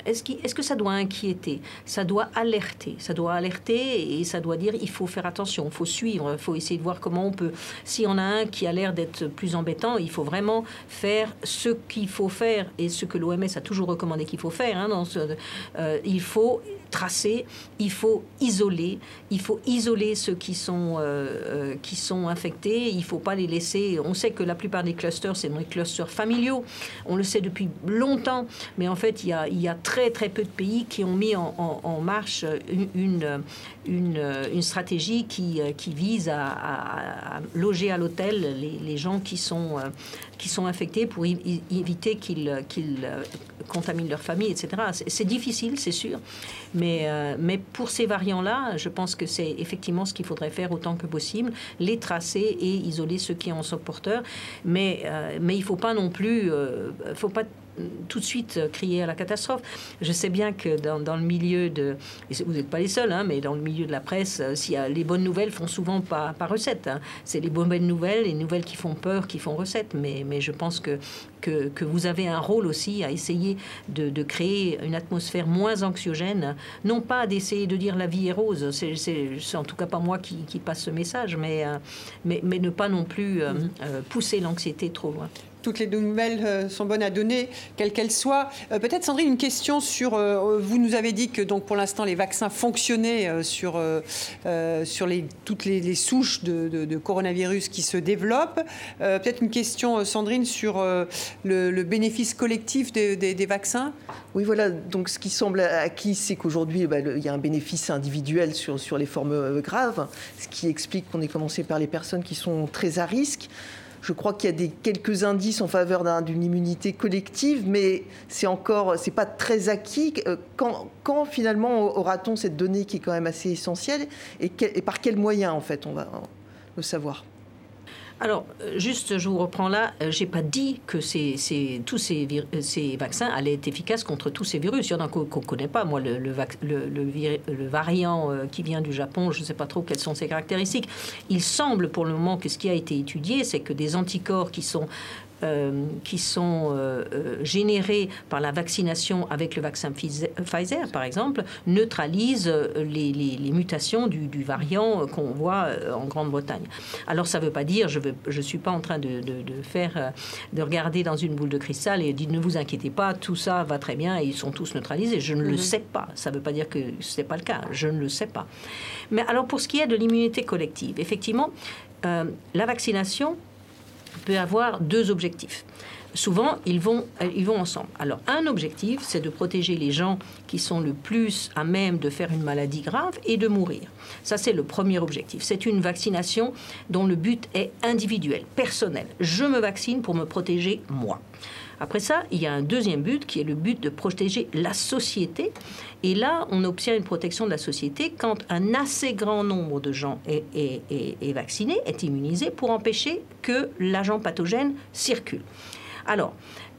est-ce, qu'il, est-ce que ça doit inquiéter? Ça doit alerter. Ça doit alerter et ça doit dire il faut faire attention, il faut suivre, il faut essayer de voir comment on peut. Si on a un qui a l'air d'être plus embêtant, il faut vraiment faire ce qu'il faut faire et ce que l'O M S a toujours recommandé qu'il faut faire. Hein, dans ce, euh, il faut tracer, il faut isoler, il faut isoler ceux qui sont, euh, qui sont infectés, il ne faut pas les laisser. On sait que la plupart des clusters, c'est dans les clusters familiaux, on le sait depuis longtemps, mais en fait, il y a, il y a très très peu de pays qui ont mis en, en, en marche une, une, une, une stratégie qui, qui vise à, à, à loger à l'hôtel les, les gens qui sont, qui sont infectés pour y, éviter qu'ils, qu'ils contaminent leur famille, et cetera. C'est, c'est difficile, c'est sûr. Mais, euh, mais pour ces variants-là, je pense que c'est effectivement ce qu'il faudrait faire autant que possible, les tracer et isoler ceux qui en sont porteurs. Mais, euh, mais il ne faut pas non plus... Euh, faut pas tout de suite crier à la catastrophe. Je sais bien que dans, dans le milieu de... Et vous n'êtes pas les seuls, hein, mais dans le milieu de la presse, s'il y a, les bonnes nouvelles font souvent pas, pas recette. Hein. C'est les bonnes nouvelles, les nouvelles qui font peur, qui font recette. Mais, mais je pense que, que, que vous avez un rôle aussi à essayer de, de créer une atmosphère moins anxiogène. Non pas d'essayer de dire la vie est rose. C'est, c'est, c'est en tout cas pas moi qui, qui passe ce message, mais, mais, mais ne pas non plus euh, euh, pousser l'anxiété trop loin. Toutes les nouvelles sont bonnes à donner, quelles qu'elles soient. Euh, peut-être, Sandrine, une question sur... Euh, vous nous avez dit que donc, pour l'instant, les vaccins fonctionnaient euh, sur, euh, sur les, toutes les, les souches de, de, de coronavirus qui se développent. Euh, peut-être une question, Sandrine, sur euh, le, le bénéfice collectif des, des, des vaccins. Oui, voilà. Donc, ce qui semble acquis, c'est qu'aujourd'hui, bah, le, il y a un bénéfice individuel sur, sur les formes graves, ce qui explique qu'on ait commencé par les personnes qui sont très à risque. Je crois qu'il y a des, quelques indices en faveur d'un, d'une immunité collective, mais c'est encore, c'est pas très acquis. Quand, quand finalement aura-t-on cette donnée qui est quand même assez essentielle et, quel, et par quels moyens en fait on va le savoir? Alors, juste, je vous reprends là, je n'ai pas dit que ces, ces, tous ces, vir- ces vaccins allaient être efficaces contre tous ces virus. Il y en a qu'on ne connaît pas. Moi, le, le, vac- le, le, vir- le variant qui vient du Japon, je ne sais pas trop quelles sont ses caractéristiques. Il semble pour le moment que ce qui a été étudié, c'est que des anticorps qui sont... Euh, qui sont euh, euh, générés par la vaccination avec le vaccin Pfizer, par exemple, neutralisent les, les, les mutations du, du variant qu'on voit en Grande-Bretagne. Alors, ça ne veut pas dire, je ne suis pas en train de, de, de faire, de regarder dans une boule de cristal et dire ne vous inquiétez pas, tout ça va très bien et ils sont tous neutralisés. Je ne mm-hmm. le sais pas. Ça ne veut pas dire que ce n'est pas le cas. Je ne le sais pas. Mais alors, pour ce qui est de l'immunité collective, effectivement, euh, la vaccination peut avoir deux objectifs. Souvent, ils vont, ils vont ensemble. Alors, un objectif, c'est de protéger les gens qui sont le plus à même de faire une maladie grave et de mourir. Ça, c'est le premier objectif. C'est une vaccination dont le but est individuel, personnel. Je me vaccine pour me protéger moi. Après ça, il y a un deuxième but qui est le but de protéger la société. Et là, on obtient une protection de la société quand un assez grand nombre de gens est, est, est, est vacciné, est immunisé, pour empêcher que l'agent pathogène circule. Alors,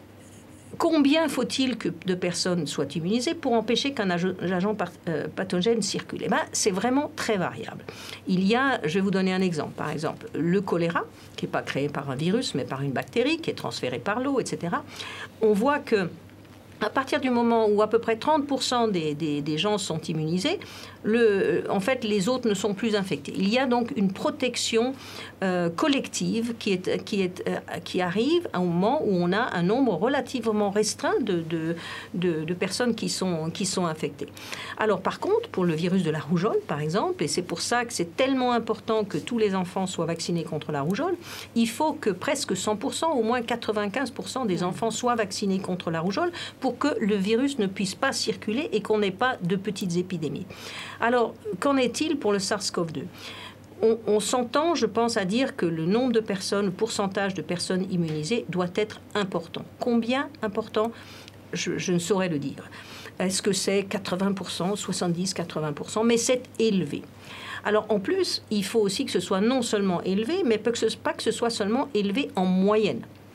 combien faut-il que de personnes soient immunisées pour empêcher qu'un agent pathogène circule? Eh bien, c'est vraiment très variable. Il y a, je vais vous donner un exemple, par exemple, le choléra, qui n'est pas créé par un virus, mais par une bactérie, qui est transférée par l'eau, et cetera. On voit que à partir du moment où à peu près trente pour cent des, des, des gens sont immunisés, le, en fait, les autres ne sont plus infectés. Il y a donc une protection euh, collective qui, est, qui, est, euh, qui arrive à un moment où on a un nombre relativement restreint de, de, de, de personnes qui sont, qui sont infectées. Alors, par contre, pour le virus de la rougeole, par exemple, et c'est pour ça que c'est tellement important que tous les enfants soient vaccinés contre la rougeole, il faut que presque cent pour cent, au moins quatre-vingt-quinze pour cent des enfants soient vaccinés contre la rougeole pour que le virus ne puisse pas circuler et qu'on n'ait pas de petites épidémies. Alors, qu'en est-il pour le SARS-CoV deux ? On, on s'entend, je pense, à dire que le nombre de personnes, le pourcentage de personnes immunisées doit être important. Combien important ? je, je ne saurais le dire. Est-ce que c'est quatre-vingts pour cent, soixante-dix, quatre-vingts pour cent ? Mais c'est élevé. Alors, en plus, il faut aussi que ce soit non seulement élevé, mais pas que ce soit seulement élevé en moyenne.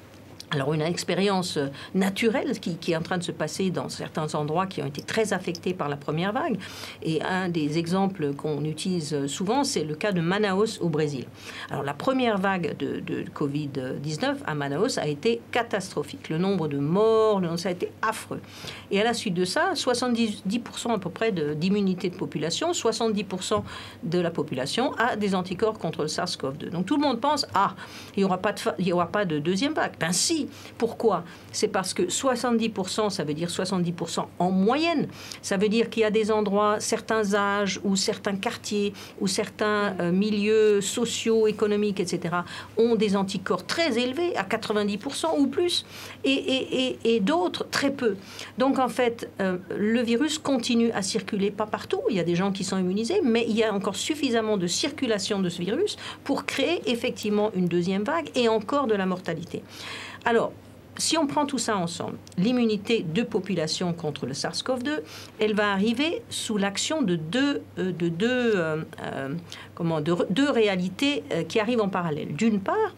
Alors une expérience naturelle qui, qui est en train de se passer dans certains endroits qui ont été très affectés par la première vague. Et un des exemples qu'on utilise souvent, c'est le cas de Manaus au Brésil. Alors la première vague de, de covid dix-neuf à Manaus a été catastrophique. Le nombre de morts, ça a été affreux. Et à la suite de ça, soixante-dix pour cent à peu près de, d'immunité de population, soixante-dix pour cent de la population a des anticorps contre le SARS-C o V deux. Donc tout le monde pense, ah, il n'y aura pas de, il n'y aura pas de deuxième vague. Ben si. Pourquoi ? C'est parce que soixante-dix pour cent, ça veut dire soixante-dix pour cent en moyenne. Ça veut dire qu'il y a des endroits, certains âges ou certains quartiers ou certains euh, milieux sociaux, économiques, et cetera ont des anticorps très élevés, à quatre-vingt-dix pour cent ou plus, et, et, et, et d'autres très peu. Donc en fait, euh, le virus continue à circuler, pas partout. Il y a des gens qui sont immunisés, mais il y a encore suffisamment de circulation de ce virus pour créer effectivement une deuxième vague et encore de la mortalité. Alors, si on prend tout ça ensemble, l'immunité de population contre le SARS-C o V deux, elle va arriver sous l'action de deux, euh, de deux, euh, euh, comment, de, deux réalités euh, qui arrivent en parallèle. D'une part,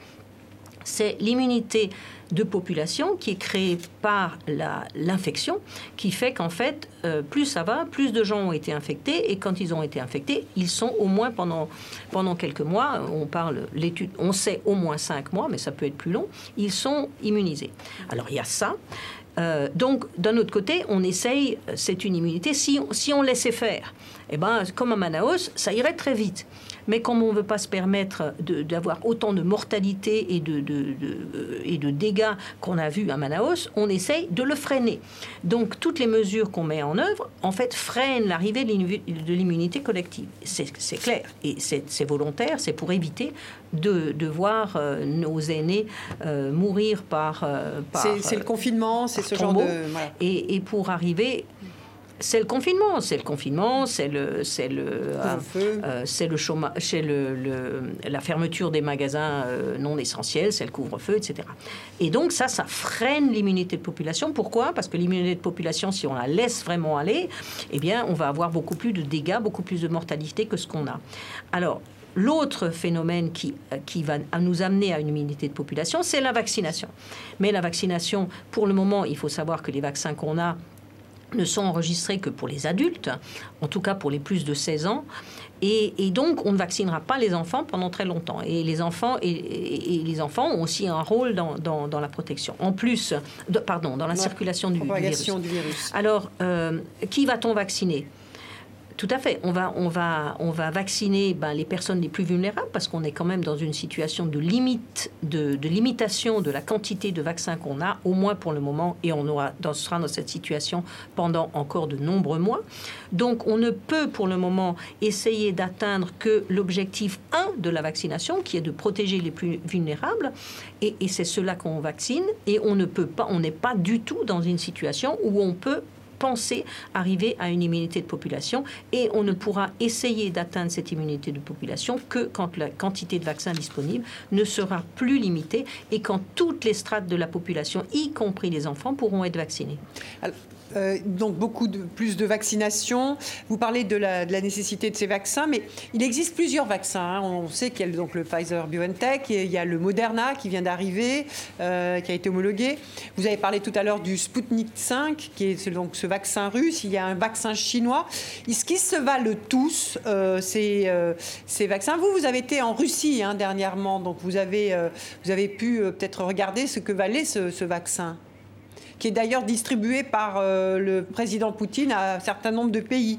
c'est l'immunité de population qui est créée par la, l'infection, qui fait qu'en fait, euh, plus ça va, plus de gens ont été infectés, et quand ils ont été infectés, ils sont au moins pendant, pendant quelques mois, on parle, l'étude, on sait au moins cinq mois, mais ça peut être plus long, ils sont immunisés. Alors il y a ça. Euh, donc, d'un autre côté, on essaye, c'est une immunité, si on, si on laissait faire, eh ben, comme à Manaus, ça irait très vite. Mais comme on ne veut pas se permettre de, d'avoir autant de mortalité et de, de, de, et de dégâts qu'on a vus à Manaus, on essaye de le freiner. Donc, toutes les mesures qu'on met en œuvre, en fait, freinent l'arrivée de l'immunité collective. C'est, c'est clair. Et c'est, c'est volontaire, c'est pour éviter de, de voir euh, nos aînés euh, mourir par... Euh, par c'est, c'est le confinement, c'est ce genre de... Voilà. Et, et pour arriver... C'est le confinement, c'est le confinement, c'est le, c'est le, euh, euh, c'est le chômage, c'est le, le, la fermeture des magasins euh, non essentiels, c'est le couvre-feu, et cetera. Et donc ça, ça freine l'immunité de population. Pourquoi ? Parce que l'immunité de population, si on la laisse vraiment aller, eh bien, on va avoir beaucoup plus de dégâts, beaucoup plus de mortalité que ce qu'on a. Alors, l'autre phénomène qui, qui va nous amener à une immunité de population, c'est la vaccination. Mais la vaccination, pour le moment, il faut savoir que les vaccins qu'on a ne sont enregistrés que pour les adultes, en tout cas pour les plus de seize ans. Et, et donc, on ne vaccinera pas les enfants pendant très longtemps. Et les enfants, et, et, et les enfants ont aussi un rôle dans, dans, dans la protection. En plus, de, pardon, dans la, la circulation du, du, virus. du virus. Alors, euh, qui va-t-on vacciner ? Tout à fait. On va, on va, on va vacciner ben, les personnes les plus vulnérables parce qu'on est quand même dans une situation de limite, de, de limitation de la quantité de vaccins qu'on a, au moins pour le moment, et on aura, dans, sera dans cette situation pendant encore de nombreux mois. Donc, on ne peut pour le moment essayer d'atteindre que l'objectif un de la vaccination, qui est de protéger les plus vulnérables, et, et c'est cela qu'on vaccine. Et on ne peut pas, on n'est pas du tout dans une situation où on peut penser arriver à une immunité de population, et on ne pourra essayer d'atteindre cette immunité de population que quand la quantité de vaccins disponibles ne sera plus limitée et quand toutes les strates de la population, y compris les enfants, pourront être vaccinés. Alors, Euh, donc beaucoup de, plus de vaccination. Vous parlez de la, de la nécessité de ces vaccins, mais il existe plusieurs vaccins. Hein. On sait qu'il y a donc le Pfizer-BioNTech, et il y a le Moderna qui vient d'arriver, euh, qui a été homologué. Vous avez parlé tout à l'heure du Sputnik cinq, qui est donc ce vaccin russe. Il y a un vaccin chinois. Est-ce qu'ils se valent tous, euh, ces, euh, ces vaccins ? Vous, vous avez été en Russie hein, dernièrement, donc vous avez, euh, vous avez pu euh, peut-être regarder ce que valait ce, ce vaccin, qui est d'ailleurs distribué par euh, le président Poutine à un certain nombre de pays.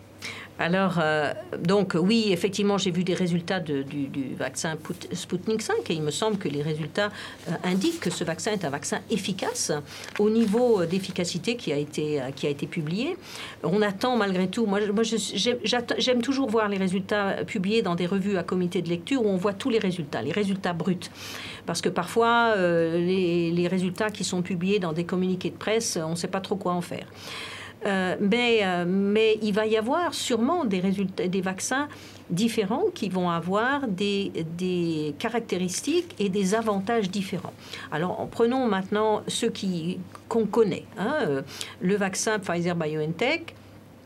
Alors, euh, donc oui, effectivement, j'ai vu des résultats de, du, du vaccin Sputnik cinq, et il me semble que les résultats euh, indiquent que ce vaccin est un vaccin efficace au niveau d'efficacité qui a été, euh, qui a été publié. On attend malgré tout, moi, moi je, j'aime toujours voir les résultats publiés dans des revues à comité de lecture où on voit tous les résultats, les résultats bruts. Parce que parfois, euh, les, les résultats qui sont publiés dans des communiqués de presse, on ne sait pas trop quoi en faire. Euh, mais, euh, mais il va y avoir sûrement des résultats, des vaccins différents qui vont avoir des, des caractéristiques et des avantages différents. Alors, prenons maintenant ceux qui, qu'on connaît. Hein, euh, le vaccin Pfizer-BioNTech,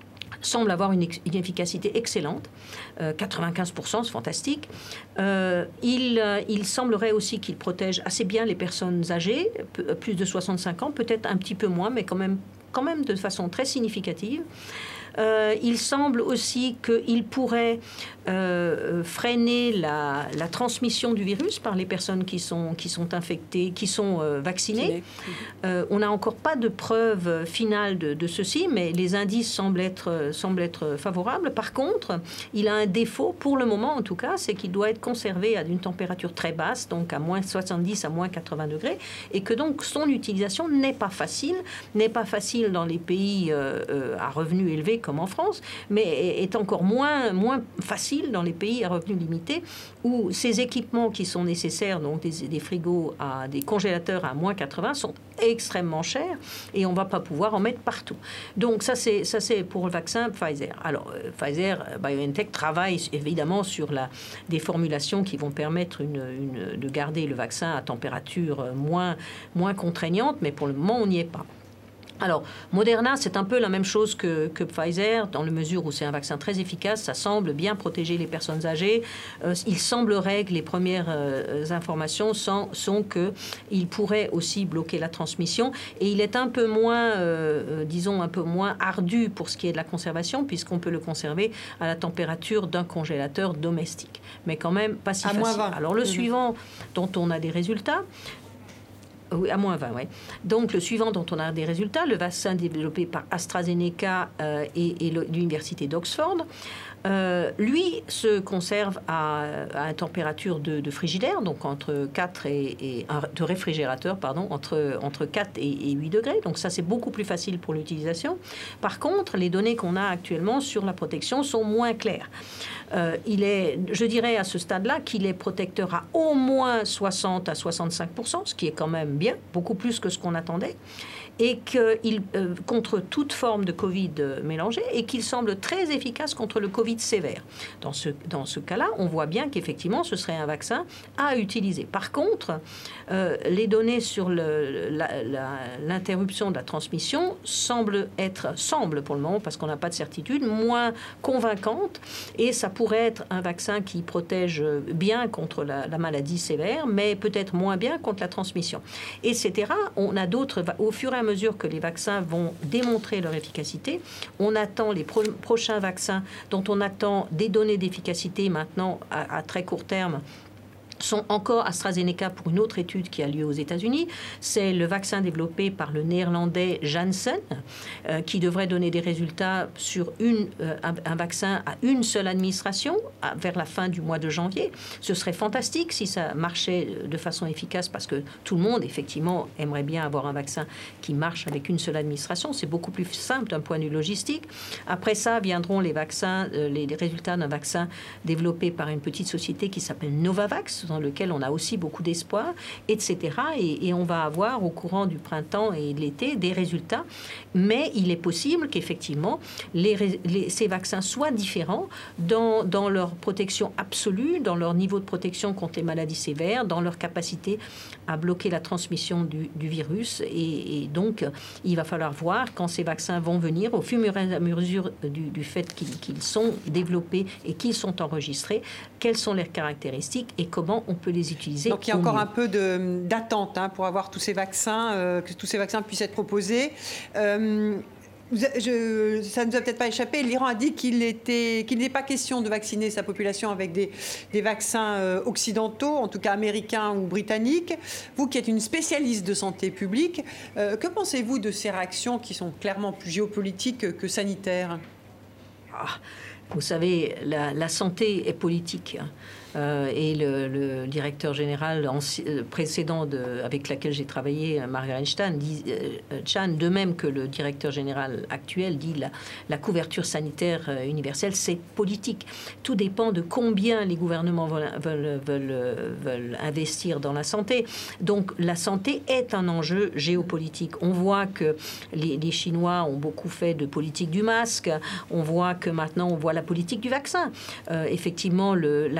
semble avoir une, une efficacité excellente, euh, quatre-vingt-quinze pour cent, c'est fantastique. Euh, il, euh, il semblerait aussi qu'il protège assez bien les personnes âgées, plus de soixante-cinq ans, peut-être un petit peu moins, mais quand même, quand même de façon très significative. Euh, il semble aussi qu'il pourrait euh, freiner la, la transmission du virus par les personnes qui sont, qui sont infectées, qui sont euh, vaccinées. Euh, on n'a encore pas de preuve finale de, de ceci, mais les indices semblent être, semblent être favorables. Par contre, il a un défaut, pour le moment en tout cas, c'est qu'il doit être conservé à une température très basse, donc à moins soixante-dix à moins quatre-vingts degrés, et que donc son utilisation n'est pas facile, n'est pas facile dans les pays euh, euh, à revenus élevés comme en France, mais est encore moins, moins facile dans les pays à revenus limités où ces équipements qui sont nécessaires, donc des, des frigos, à, des congélateurs à moins quatre-vingts, sont extrêmement chers et on ne va pas pouvoir en mettre partout. Donc ça c'est, ça, c'est pour le vaccin Pfizer. Alors euh, Pfizer, BioNTech travaille évidemment sur la, des formulations qui vont permettre une, une, de garder le vaccin à température moins, moins contraignante, mais pour le moment on n'y est pas. Alors, Moderna, c'est un peu la même chose que, que Pfizer, dans la mesure où c'est un vaccin très efficace, ça semble bien protéger les personnes âgées. Euh, il semblerait que les premières euh, informations sont, sont qu'il pourrait aussi bloquer la transmission. Et il est un peu moins, euh, disons, un peu moins ardu pour ce qui est de la conservation, puisqu'on peut le conserver à la température d'un congélateur domestique. Mais quand même, pas si à facile. moins vingt. Alors, le mmh. suivant dont on a des résultats... Oui, à moins vingt, oui. Donc, le suivant dont on a des résultats, le vaccin développé par AstraZeneca euh, et, et l'Université d'Oxford, euh, lui se conserve à, à une température de, de frigidaire, donc entre quatre et, et de réfrigérateur, pardon, entre, entre quatre et, et huit degrés. Donc, ça, c'est beaucoup plus facile pour l'utilisation. Par contre, les données qu'on a actuellement sur la protection sont moins claires. Euh, il est, je dirais à ce stade-là qu'il est protecteur à au moins soixante à soixante-cinq pour cent, ce qui est quand même bien, beaucoup plus que ce qu'on attendait, et qu'il euh, contre toute forme de Covid mélangée, et qu'il semble très efficace contre le Covid sévère. Dans ce, dans ce cas-là, on voit bien qu'effectivement, ce serait un vaccin à utiliser. Par contre, euh, les données sur le, la, la, l'interruption de la transmission semblent être, semblent pour le moment, parce qu'on n'a pas de certitude, moins convaincantes, et ça pourrait être un vaccin qui protège bien contre la, la maladie sévère, mais peut-être moins bien contre la transmission, et cetera. On a d'autres, au fur et à mesure que les vaccins vont démontrer leur efficacité, on attend les pro- prochains vaccins dont on attend des données d'efficacité maintenant à, à très court terme, sont encore AstraZeneca pour une autre étude qui a lieu aux États-Unis. C'est le vaccin développé par le néerlandais Janssen, euh, qui devrait donner des résultats sur une, euh, un, un vaccin à une seule administration à, vers la fin du mois de janvier. Ce serait fantastique si ça marchait de façon efficace, parce que tout le monde, effectivement, aimerait bien avoir un vaccin qui marche avec une seule administration. C'est beaucoup plus simple d'un point de vue logistique. Après ça, viendront les vaccins, euh, les, les résultats d'un vaccin développé par une petite société qui s'appelle Novavax, dans lequel on a aussi beaucoup d'espoir, et cetera. Et, et on va avoir au courant du printemps et de l'été des résultats. Mais il est possible qu'effectivement, les, les, ces vaccins soient différents dans, dans leur protection absolue, dans leur niveau de protection contre les maladies sévères, dans leur capacité à bloquer la transmission du, du virus. Et, et donc, il va falloir voir quand ces vaccins vont venir, au fur et à mesure du, du fait qu'ils, qu'ils sont développés et qu'ils sont enregistrés, quelles sont leurs caractéristiques et comment on peut les utiliser. Donc il y a encore mieux. un peu de, d'attente hein, pour avoir tous ces vaccins, euh, que tous ces vaccins puissent être proposés. Euh, je, ça ne nous a peut-être pas échappé, l'Iran a dit qu'il était, qu'il n'est pas question de vacciner sa population avec des, des vaccins euh, occidentaux, en tout cas américains ou britanniques. Vous qui êtes une spécialiste de santé publique, euh, que pensez-vous de ces réactions qui sont clairement plus géopolitiques que sanitaires ? ah, Vous savez, la, la santé est politique. Euh, et le, le directeur général anci- précédent de, avec laquelle j'ai travaillé, Margaret Chan, dit, euh, Chan, de même que le directeur général actuel, dit la, la couverture sanitaire universelle, c'est politique. Tout dépend de combien les gouvernements veulent, veulent, veulent, veulent investir dans la santé. Donc la santé est un enjeu géopolitique. On voit que les, les Chinois ont beaucoup fait de politique du masque. On voit que maintenant, on voit la politique du vaccin. Euh, effectivement, le, la Russie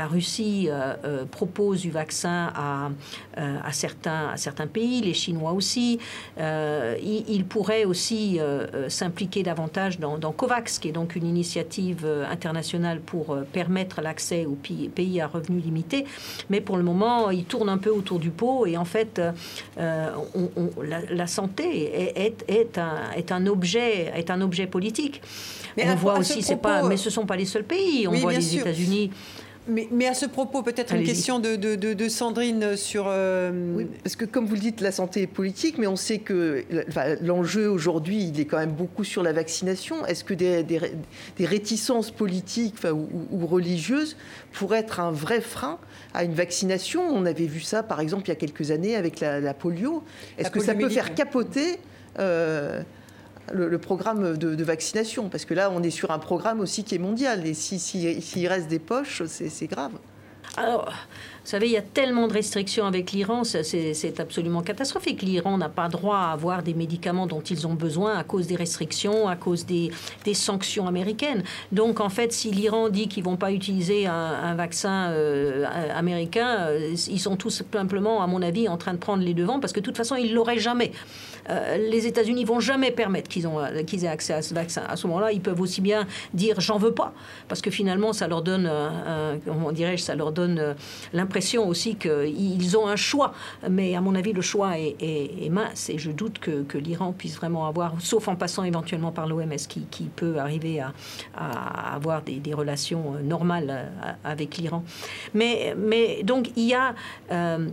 Russie euh, euh, propose du vaccin à, euh, à, certains, à certains pays, les Chinois aussi. Euh, il, il pourrait aussi euh, s'impliquer davantage dans, dans COVAX, qui est donc une initiative internationale pour euh, permettre l'accès aux pays, pays à revenus limités. Mais pour le moment, il tourne un peu autour du pot et en fait, euh, on, on, la, la santé est, est, est, un, est, un objet, est un objet politique. Mais on à, voit à aussi, c'est propos, pas, mais ce ne sont pas les seuls pays. On oui, voit les sûr. États-Unis. Mais, mais à ce propos, peut-être Allez-y. Une question de, de, de, de Sandrine sur... Euh... Oui, parce que comme vous le dites, la santé est politique, mais on sait que enfin, l'enjeu aujourd'hui, il est quand même beaucoup sur la vaccination. Est-ce que des, des, des réticences politiques enfin, ou, ou religieuses pourraient être un vrai frein à une vaccination? On avait vu ça, par exemple, il y a quelques années avec la, la polio. Est-ce la que ça peut faire capoter euh, Le, le programme de, de vaccination, parce que là, on est sur un programme aussi qui est mondial, et s'il si, si, si reste des poches, c'est, c'est grave. Alors, vous savez, il y a tellement de restrictions avec l'Iran, c'est, c'est absolument catastrophique. L'Iran n'a pas droit à avoir des médicaments dont ils ont besoin à cause des restrictions, à cause des, des sanctions américaines. Donc, en fait, si l'Iran dit qu'ils ne vont pas utiliser un, un vaccin euh, américain, euh, ils sont tout simplement, à mon avis, en train de prendre les devants, parce que de toute façon, ils ne l'auraient jamais. Euh, les États-Unis ne vont jamais permettre qu'ils, ont, qu'ils aient accès à ce vaccin. À ce moment-là, ils peuvent aussi bien dire « j'en veux pas », parce que finalement, ça leur donne, un, un, comment dirais-je, ça leur donne euh, l'impression aussi qu'ils ont un choix. Mais à mon avis, le choix est, est, est mince, et je doute que, que l'Iran puisse vraiment avoir, sauf en passant éventuellement par l'O M S, qui, qui peut arriver à, à avoir des, des relations normales avec l'Iran. Mais, mais donc, il y a... Euh,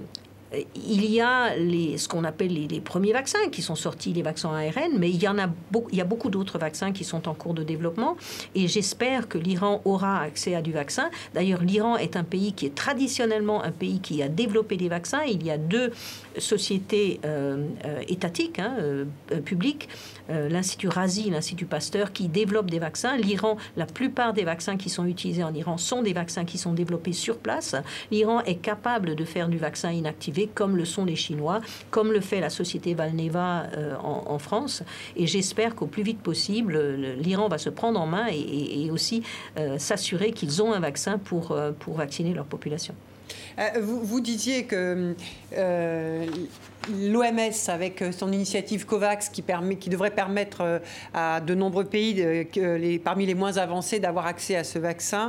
Il y a les, ce qu'on appelle les, les premiers vaccins qui sont sortis, les vaccins A R N, mais il y en a, beau, il y a beaucoup d'autres vaccins qui sont en cours de développement. Et j'espère que l'Iran aura accès à du vaccin. D'ailleurs, l'Iran est un pays qui est traditionnellement un pays qui a développé des vaccins. Il y a deux sociétés euh, euh, étatiques, hein, euh, publiques, euh, l'Institut Razi, l'Institut Pasteur, qui développent des vaccins. L'Iran, la plupart des vaccins qui sont utilisés en Iran sont des vaccins qui sont développés sur place. L'Iran est capable de faire du vaccin inactivé, comme le sont les Chinois, comme le fait la société Valneva euh, en, en France. Et j'espère qu'au plus vite possible, l'Iran va se prendre en main et, et, et aussi euh, s'assurer qu'ils ont un vaccin pour, euh, pour vacciner leur population. Euh, vous, vous disiez que euh, l'O M S, avec son initiative COVAX, qui, permet, qui devrait permettre à de nombreux pays, de, que les, parmi les moins avancés, d'avoir accès à ce vaccin,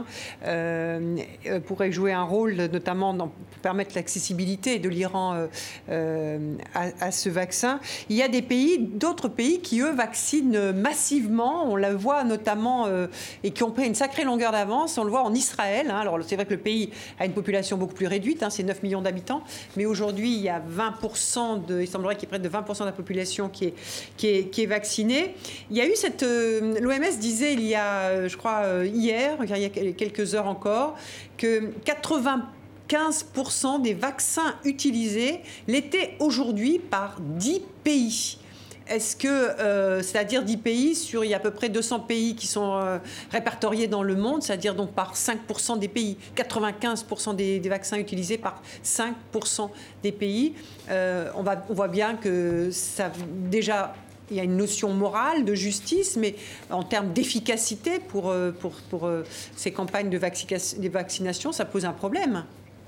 euh, pourrait jouer un rôle, notamment dans, pour permettre l'accessibilité de l'Iran euh, à, à ce vaccin. Il y a des pays, d'autres pays, qui, eux, vaccinent massivement. On le voit notamment, euh, et qui ont pris une sacrée longueur d'avance. On le voit en Israël. Hein. Alors, c'est vrai que le pays a une population beaucoup plus réduite, hein, c'est neuf millions d'habitants, mais aujourd'hui, il y a vingt pour cent de, il semblerait qu'il y ait près de vingt pour cent de la population qui est, qui est, qui est vaccinée. Il y a eu cette... Euh, L'O M S disait il y a, je crois, euh, hier, il y a quelques heures encore, que quatre-vingt-quinze pour cent des vaccins utilisés l'étaient aujourd'hui par dix pays. Est-ce que, euh, c'est-à-dire dix pays, sur il y a à peu près deux cents pays qui sont euh, répertoriés dans le monde, c'est-à-dire donc par cinq pour cent des pays, quatre-vingt-quinze pour cent des, des vaccins utilisés par cinq pour cent des pays. Euh, on, va, on voit bien que ça, déjà, il y a une notion morale de justice, mais en termes d'efficacité pour, pour, pour ces campagnes de, vacci- de vaccination, ça pose un problème.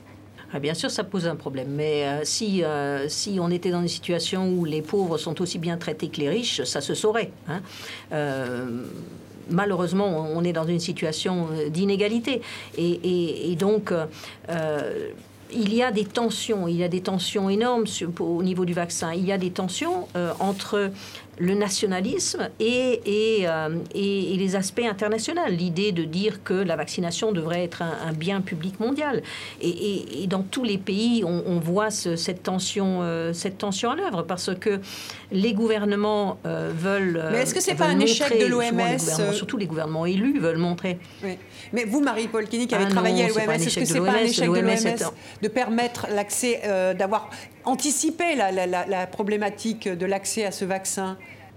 Ah, bien sûr, ça pose un problème. Mais euh, si, euh, si on était dans une situation où les pauvres sont aussi bien traités que les riches, ça se saurait. Hein. Euh, malheureusement, on est dans une situation d'inégalité. Et, et, et donc... Euh, il y a des tensions, il y a des tensions énormes sur, au niveau du vaccin. Il y a des tensions euh, entre le nationalisme et, et, euh, et, et les aspects internationaux. L'idée de dire que la vaccination devrait être un, un bien public mondial. Et, et, et dans tous les pays, on, on voit ce, cette tension, euh, cette tension à l'œuvre, parce que les gouvernements euh, veulent. Mais est-ce que c'est pas un échec de l'O M S? Les surtout les gouvernements élus veulent montrer. Oui. Mais vous, Marie-Paule Kini, qui avez ah travaillé non, à l'O M S, est-ce que c'est pas un échec de l'O M S est... de permettre l'accès, euh, d'avoir anticipé la, la, la, la problématique de l'accès à ce vaccin?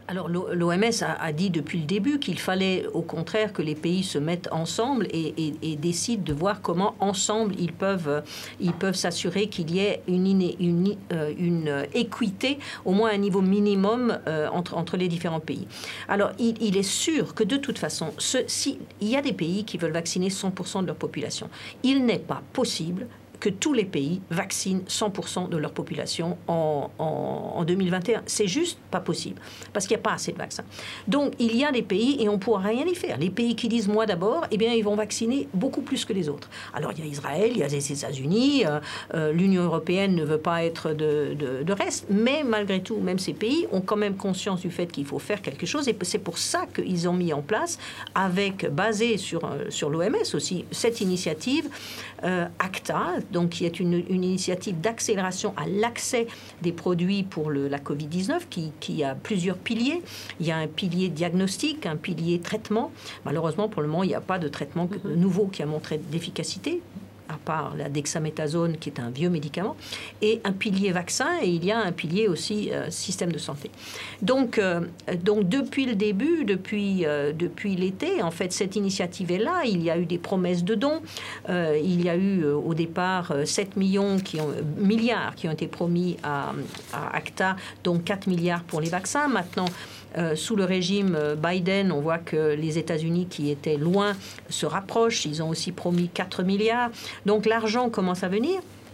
Alors l'O M S a, a dit depuis le début qu'il fallait au contraire que les pays se mettent ensemble et, et, et décident de voir comment ensemble ils peuvent, ils peuvent s'assurer qu'il y ait une, une, une, une équité, au moins un niveau minimum euh, entre, entre les différents pays. Alors il, il est sûr que de toute façon, ce, si, il y a des pays qui veulent vacciner cent pour cent de leur population. Il n'est pas possible que tous les pays vaccinent cent pour cent de leur population en, en, en deux mille vingt et un. C'est juste pas possible, parce qu'il n'y a pas assez de vaccins. Donc, il y a des pays, et on ne pourra rien y faire. Les pays qui disent « moi d'abord », eh bien, ils vont vacciner beaucoup plus que les autres. Alors, il y a Israël, il y a les États-Unis, euh, euh, l'Union européenne ne veut pas être de, de, de reste, mais malgré tout, même ces pays ont quand même conscience du fait qu'il faut faire quelque chose, et c'est pour ça qu'ils ont mis en place, avec, basé sur, sur l'O M S aussi, cette initiative euh, ACTA, donc qui est une, une initiative d'accélération à l'accès des produits pour le, la covid dix-neuf, qui, qui a plusieurs piliers. Il y a un pilier diagnostic, un pilier traitement. Malheureusement, pour le moment, il n'y a pas de traitement mm-hmm. nouveau qui a montré d'efficacité, à part la dexaméthasone, qui est un vieux médicament, et un pilier vaccin, et il y a un pilier aussi euh, système de santé. Donc, euh, donc depuis le début, depuis, euh, depuis l'été, en fait, cette initiative est là. Il y a eu des promesses de dons. Euh, il y a eu euh, au départ euh, sept millions qui ont, euh, milliards qui ont été promis à, à ACTA, dont quatre milliards pour les vaccins. Maintenant, Euh, sous le régime Biden, on voit que les États-Unis qui étaient loin se rapprochent. Ils ont aussi promis quatre milliards. Donc l'argent commence à venir.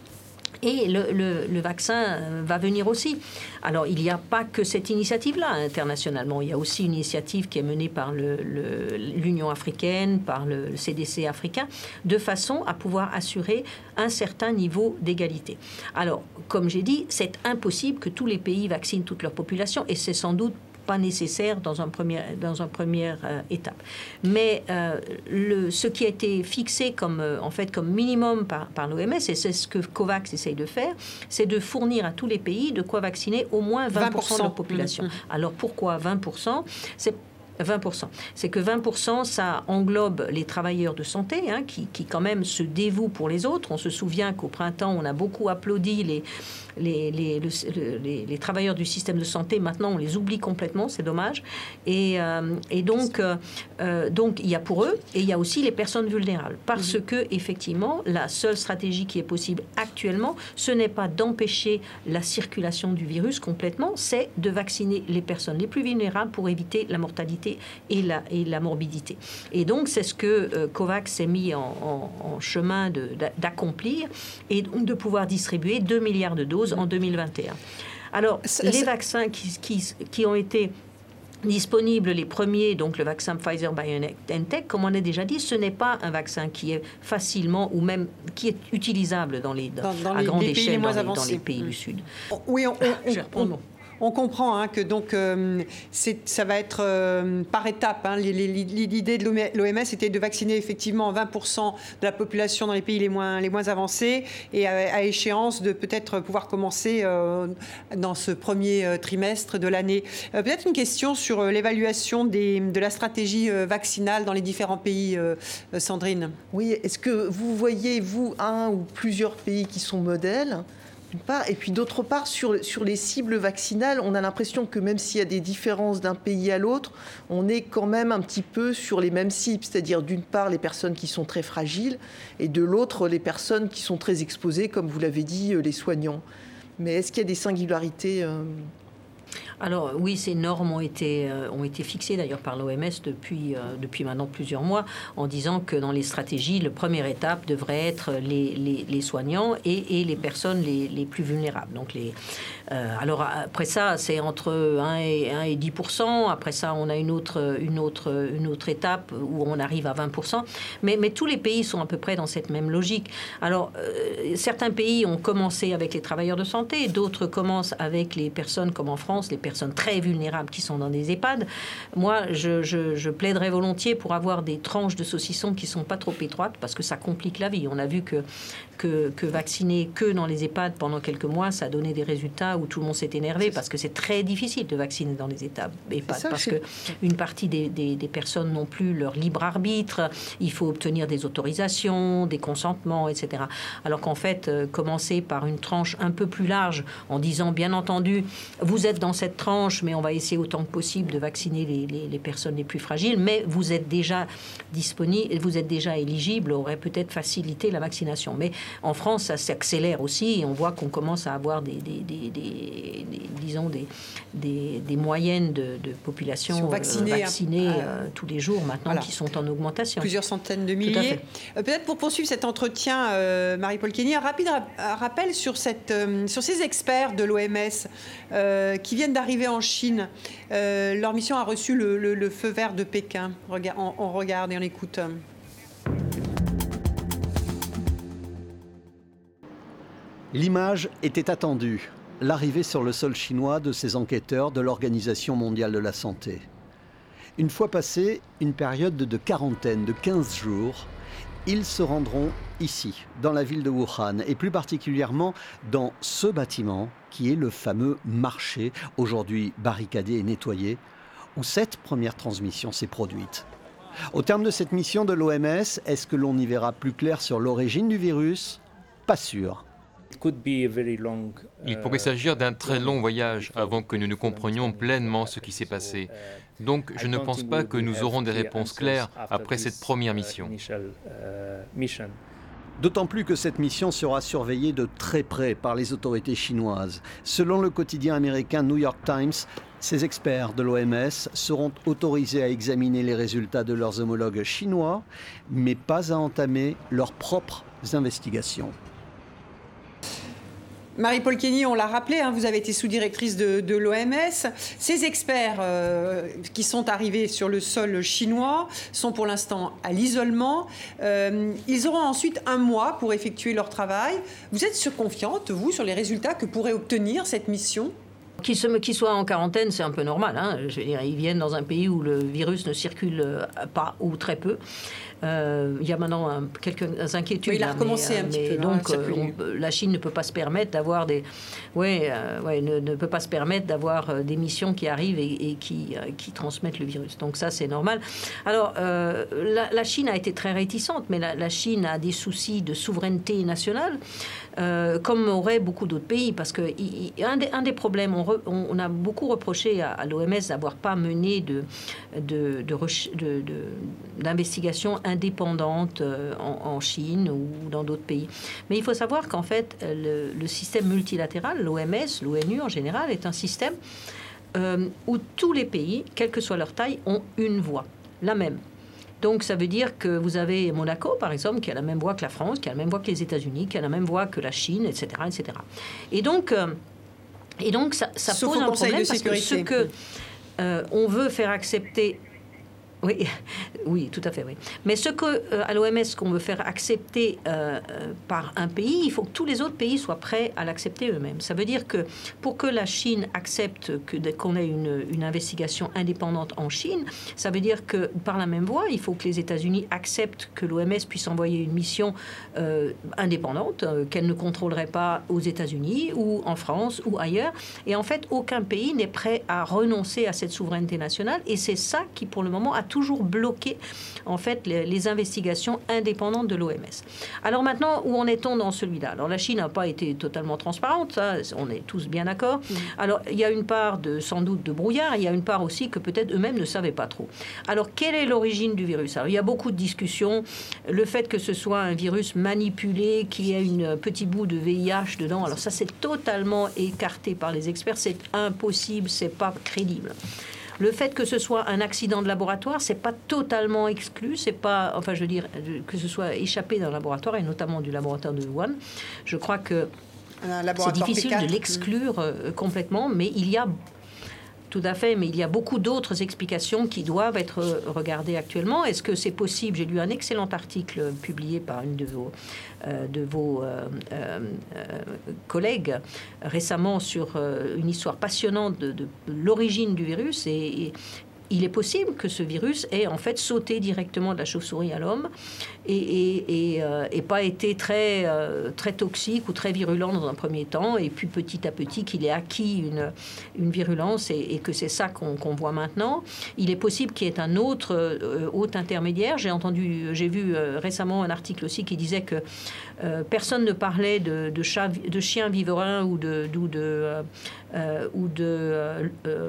Et le, le, le vaccin va venir aussi. Alors, il n'y a pas que cette initiative-là internationalement. Il y a aussi une initiative qui est menée par le, le, l'Union africaine, par le, le C D C africain, de façon à pouvoir assurer un certain niveau d'égalité. Alors, comme j'ai dit, c'est impossible que tous les pays vaccinent toute leur population, et c'est sans doute pas nécessaire dans un premier, dans une première euh, étape. Mais euh, le, ce qui a été fixé comme, euh, en fait, comme minimum par, par l'O M S, et c'est ce que COVAX essaye de faire, c'est de fournir à tous les pays de quoi vacciner au moins vingt pour cent de leur population. Mmh. Alors pourquoi vingt pour cent ? C'est vingt pour cent. C'est que vingt pour cent, ça englobe les travailleurs de santé, hein, qui, qui quand même se dévouent pour les autres. On se souvient qu'au printemps, on a beaucoup applaudi les, les, les, le, les, les travailleurs du système de santé. Maintenant, on les oublie complètement, c'est dommage. Et, euh, et donc, euh, donc, il y a pour eux, et il y a aussi les personnes vulnérables. Parce mmh. que, effectivement, la seule stratégie qui est possible actuellement, ce n'est pas d'empêcher la circulation du virus complètement, c'est de vacciner les personnes les plus vulnérables pour éviter la mortalité et la, et la morbidité. Et donc, c'est ce que euh, COVAX s'est mis en, en, en chemin de, d'accomplir, et donc de pouvoir distribuer deux milliards de doses en deux mille vingt et un. Alors, c'est, les c'est... vaccins qui, qui, qui ont été disponibles, les premiers, donc le vaccin Pfizer-BioNTech, comme on a déjà dit, ce n'est pas un vaccin qui est facilement ou même qui est utilisable dans les, dans, dans à les, grande les échelle dans les, dans les pays mmh. du Sud. Oui, on, on, on, on, on comprend hein, que donc euh, c'est, ça va être euh, par étapes. Hein. L'idée de l'O M S était de vacciner effectivement vingt pour cent de la population dans les pays les moins, les moins avancés, et à, à échéance de peut-être pouvoir commencer euh, dans ce premier euh, trimestre de l'année. Euh, peut-être une question sur euh, l'évaluation des, de la stratégie euh, vaccinale dans les différents pays, euh, Sandrine. Oui, est-ce que vous voyez, vous, un ou plusieurs pays qui sont modèles ? Part, et puis d'autre part, sur, sur les cibles vaccinales, on a l'impression que même s'il y a des différences d'un pays à l'autre, on est quand même un petit peu sur les mêmes cibles, c'est-à-dire d'une part les personnes qui sont très fragiles et de l'autre les personnes qui sont très exposées, comme vous l'avez dit, les soignants. Mais est-ce qu'il y a des singularités euh... Alors oui, ces normes ont été, euh, ont été fixées d'ailleurs par l'O M S depuis, euh, depuis maintenant plusieurs mois, en disant que dans les stratégies, la première étape devrait être les, les, les soignants et, et les personnes les, les plus vulnérables. Donc les, euh, alors après ça, c'est entre un et dix pour cent. Après ça, on a une autre, une autre, une autre étape où on arrive à vingt pour cent. Mais, mais tous les pays sont à peu près dans cette même logique. Alors, euh, certains pays ont commencé avec les travailleurs de santé, d'autres commencent avec les personnes comme en France, les personnes très vulnérables qui sont dans des EHPAD. Moi, je, je, je plaiderais volontiers pour avoir des tranches de saucisson qui ne sont pas trop étroites, parce que ça complique la vie. On a vu que, que, que vacciner que dans les EHPAD pendant quelques mois, ça a donné des résultats où tout le monde s'est énervé, parce que c'est très difficile de vacciner dans les EHPAD, ça, parce qu'une partie des, des, des personnes n'ont plus leur libre arbitre, il faut obtenir des autorisations, des consentements, et cetera. Alors qu'en fait, euh, commencer par une tranche un peu plus large, en disant, bien entendu, vous êtes dans dans cette tranche, mais on va essayer autant que possible de vacciner les, les, les personnes les plus fragiles. Mais vous êtes déjà disponible, vous êtes déjà éligible, aurait peut-être facilité la vaccination. Mais en France, ça s'accélère aussi. Et on voit qu'on commence à avoir des, des, des, des, des disons des, des, des moyennes de, de population vaccinée, euh, vaccinée euh, tous les jours maintenant, voilà, qui sont en augmentation. Plusieurs centaines de milliers. Euh, peut-être pour poursuivre cet entretien, euh, Marie-Paule Kenny, un rapide ra- rappel sur, cette, euh, sur ces experts de l'O M S euh, qui viennent d'arriver en Chine. Euh, leur mission a reçu le, le, le feu vert de Pékin. Rega- on, on regarde et on écoute. L'image était attendue, l'arrivée sur le sol chinois de ces enquêteurs de l'Organisation mondiale de la santé. Une fois passée une période de quarantaine, de quinze jours, ils se rendront ici, dans la ville de Wuhan, et plus particulièrement dans ce bâtiment qui est le fameux marché, aujourd'hui barricadé et nettoyé, où cette première transmission s'est produite. Au terme de cette mission de l'O M S, est-ce que l'on y verra plus clair sur l'origine du virus ? Pas sûr. Il pourrait s'agir d'un très long voyage avant que nous ne comprenions pleinement ce qui s'est passé. Donc, je ne pense pas que nous aurons des réponses claires après cette première mission. D'autant plus que cette mission sera surveillée de très près par les autorités chinoises. Selon le quotidien américain New York Times, ces experts de l'O M S seront autorisés à examiner les résultats de leurs homologues chinois, mais pas à entamer leurs propres investigations. Marie-Paule Kenny, on l'a rappelé, hein, vous avez été sous-directrice de, de l'O M S. Ces experts euh, qui sont arrivés sur le sol chinois sont pour l'instant à l'isolement. Euh, ils auront ensuite un mois pour effectuer leur travail. Vous êtes sur confiante, vous, sur les résultats que pourrait obtenir cette mission ? Qu'ils qu soient en quarantaine, c'est un peu normal. Hein. Je veux dire, ils viennent dans un pays où le virus ne circule pas ou très peu. Euh, il y a maintenant un, quelques inquiétudes. Oui, il a recommencé mais, un petit mais peu. Donc, hein, on, la Chine ne peut pas se permettre d'avoir des, ouais, euh, ouais, ne, ne peut pas se permettre d'avoir des missions qui arrivent et, et qui, euh, qui transmettent le virus. Donc ça, c'est normal. Alors, euh, la, la Chine a été très réticente, mais la, la Chine a des soucis de souveraineté nationale, euh, comme auraient beaucoup d'autres pays, parce que y, y, un, des, un des problèmes, on, re, on, on a beaucoup reproché à, à l'O M S d'avoir pas mené de, de, de, de, de, d'investigation indépendante en, en Chine ou dans d'autres pays. Mais il faut savoir qu'en fait, le, le système multilatéral, l'O M S, l'O N U en général, est un système euh, où tous les pays, quelle que soit leur taille, ont une voix, la même. Donc, ça veut dire que vous avez Monaco, par exemple, qui a la même voix que la France, qui a la même voix que les États-Unis, qui a la même voix que la Chine, et cetera, et cetera. Et donc, euh, et donc ça, ça pose un problème parce que ce que euh, on veut faire accepter. Oui, oui, tout à fait, oui. Mais ce que, euh, à l'O M S, qu'on veut faire accepter euh, euh, par un pays, il faut que tous les autres pays soient prêts à l'accepter eux-mêmes. Ça veut dire que pour que la Chine accepte que, qu'on ait une, une investigation indépendante en Chine, ça veut dire que, par la même voie, il faut que les États-Unis acceptent que l'O M S puisse envoyer une mission euh, indépendante, euh, qu'elle ne contrôlerait pas aux États-Unis ou en France ou ailleurs. Et en fait, aucun pays n'est prêt à renoncer à cette souveraineté nationale. Et c'est ça qui, pour le moment, a toujours bloqué en fait les, les investigations indépendantes de l'O M S. Alors maintenant, où en est-on dans celui-là ? Alors la Chine n'a pas été totalement transparente, ça, on est tous bien d'accord. Mmh. Alors il y a une part de, sans doute de brouillard, il y a une part aussi que peut-être eux-mêmes ne savaient pas trop. Alors quelle est l'origine du virus ? Alors il y a beaucoup de discussions. Le fait que ce soit un virus manipulé, qui ait un petit bout de V I H dedans, alors ça c'est totalement écarté par les experts, c'est impossible, c'est pas crédible. Le fait que ce soit un accident de laboratoire, c'est pas totalement exclu, c'est pas, enfin, je veux dire, que ce soit échappé d'un laboratoire et notamment du laboratoire de Wuhan. Je crois que c'est difficile P quatre. De l'exclure euh, complètement, mais il y a tout à fait, mais il y a beaucoup d'autres explications qui doivent être regardées actuellement. Est-ce que c'est possible ? J'ai lu un excellent article publié par une de vos, euh, de vos euh, euh, collègues récemment sur euh, une histoire passionnante de, de l'origine du virus et, et il est possible que ce virus ait en fait sauté directement de la chauve-souris à l'homme et, et, et, euh, et pas été très, euh, très toxique ou très virulent dans un premier temps, et puis petit à petit qu'il ait acquis une, une virulence et, et que c'est ça qu'on qu'on voit maintenant. Il est possible qu'il y ait un autre euh, hôte intermédiaire. J'ai entendu, j'ai vu euh, récemment un article aussi qui disait que euh, personne ne parlait de, de, chat, de chiens viverins ou de, ou de, euh, euh, ou de, euh,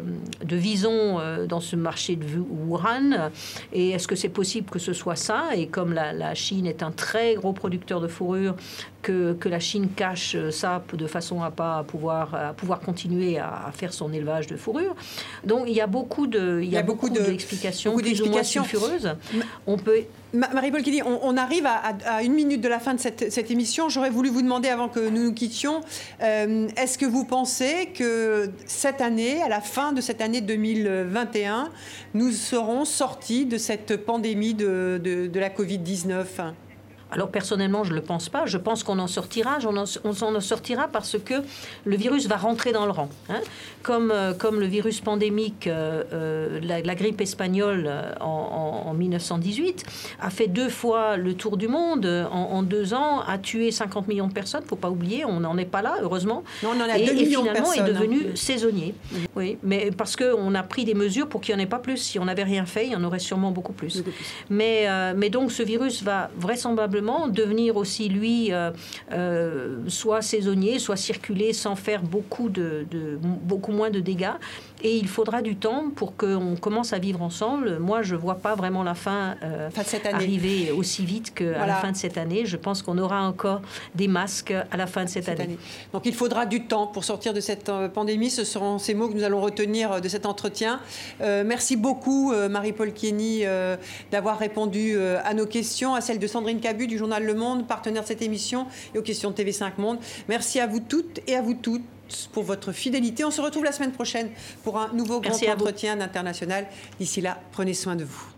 de visons euh, dans ce marché de Wuhan. Et est-ce que c'est possible que ce soit ça? Et comme la, la Chine est un très gros producteur de fourrure, que, que la Chine cache ça de façon à pas pouvoir, à pouvoir continuer à, à faire son élevage de fourrure. Donc il y a beaucoup de, il y a, il y a beaucoup, beaucoup d'explications, de, plus ou moins sulfureuses. On peut Marie-Paul Kenny, on, on arrive à, à, à une minute de la fin de cette, cette émission. J'aurais voulu vous demander, avant que nous nous quittions, euh, est-ce que vous pensez que cette année, à la fin de cette année deux mille vingt et un, nous serons sortis de cette pandémie de, de, de la covid dix-neuf ? Alors personnellement, je ne le pense pas. Je pense qu'on en sortira. On, en, on s'en en sortira parce que le virus va rentrer dans le rang. Hein. Comme, euh, comme le virus pandémique, euh, euh, la, la grippe espagnole euh, en, en, en mille neuf cent dix-huit, a fait deux fois le tour du monde en, en deux ans, a tué cinquante millions de personnes. Il ne faut pas oublier, on n'en est pas là, heureusement. Non, on en a et, deux millions et finalement de personnes, est devenu hein. saisonnier. Mmh. Oui, mais parce qu'on a pris des mesures pour qu'il n'y en ait pas plus. Si on n'avait rien fait, il y en aurait sûrement beaucoup plus. Beaucoup plus. Mais, euh, mais donc ce virus va vraisemblablement devenir aussi, lui, euh, euh, soit saisonnier, soit circuler sans faire beaucoup, de, de, beaucoup moins de dégâts. Et il faudra du temps pour qu'on commence à vivre ensemble. Moi, je ne vois pas vraiment la fin, euh, fin de cette année arriver aussi vite qu'à voilà. la fin de cette année. Je pense qu'on aura encore des masques à la fin de cette, cette année. année. Donc il faudra du temps pour sortir de cette pandémie. Ce seront ces mots que nous allons retenir de cet entretien. Euh, merci beaucoup, euh, Marie-Paul Kenny, euh, d'avoir répondu euh, à nos questions, à celles de Sandrine Cabu du journal Le Monde, partenaire de cette émission, et aux questions de T V cinq Monde. Merci à vous toutes et à vous toutes pour votre fidélité. On se retrouve la semaine prochaine pour un nouveau grand entretien d'International. D'ici là, prenez soin de vous.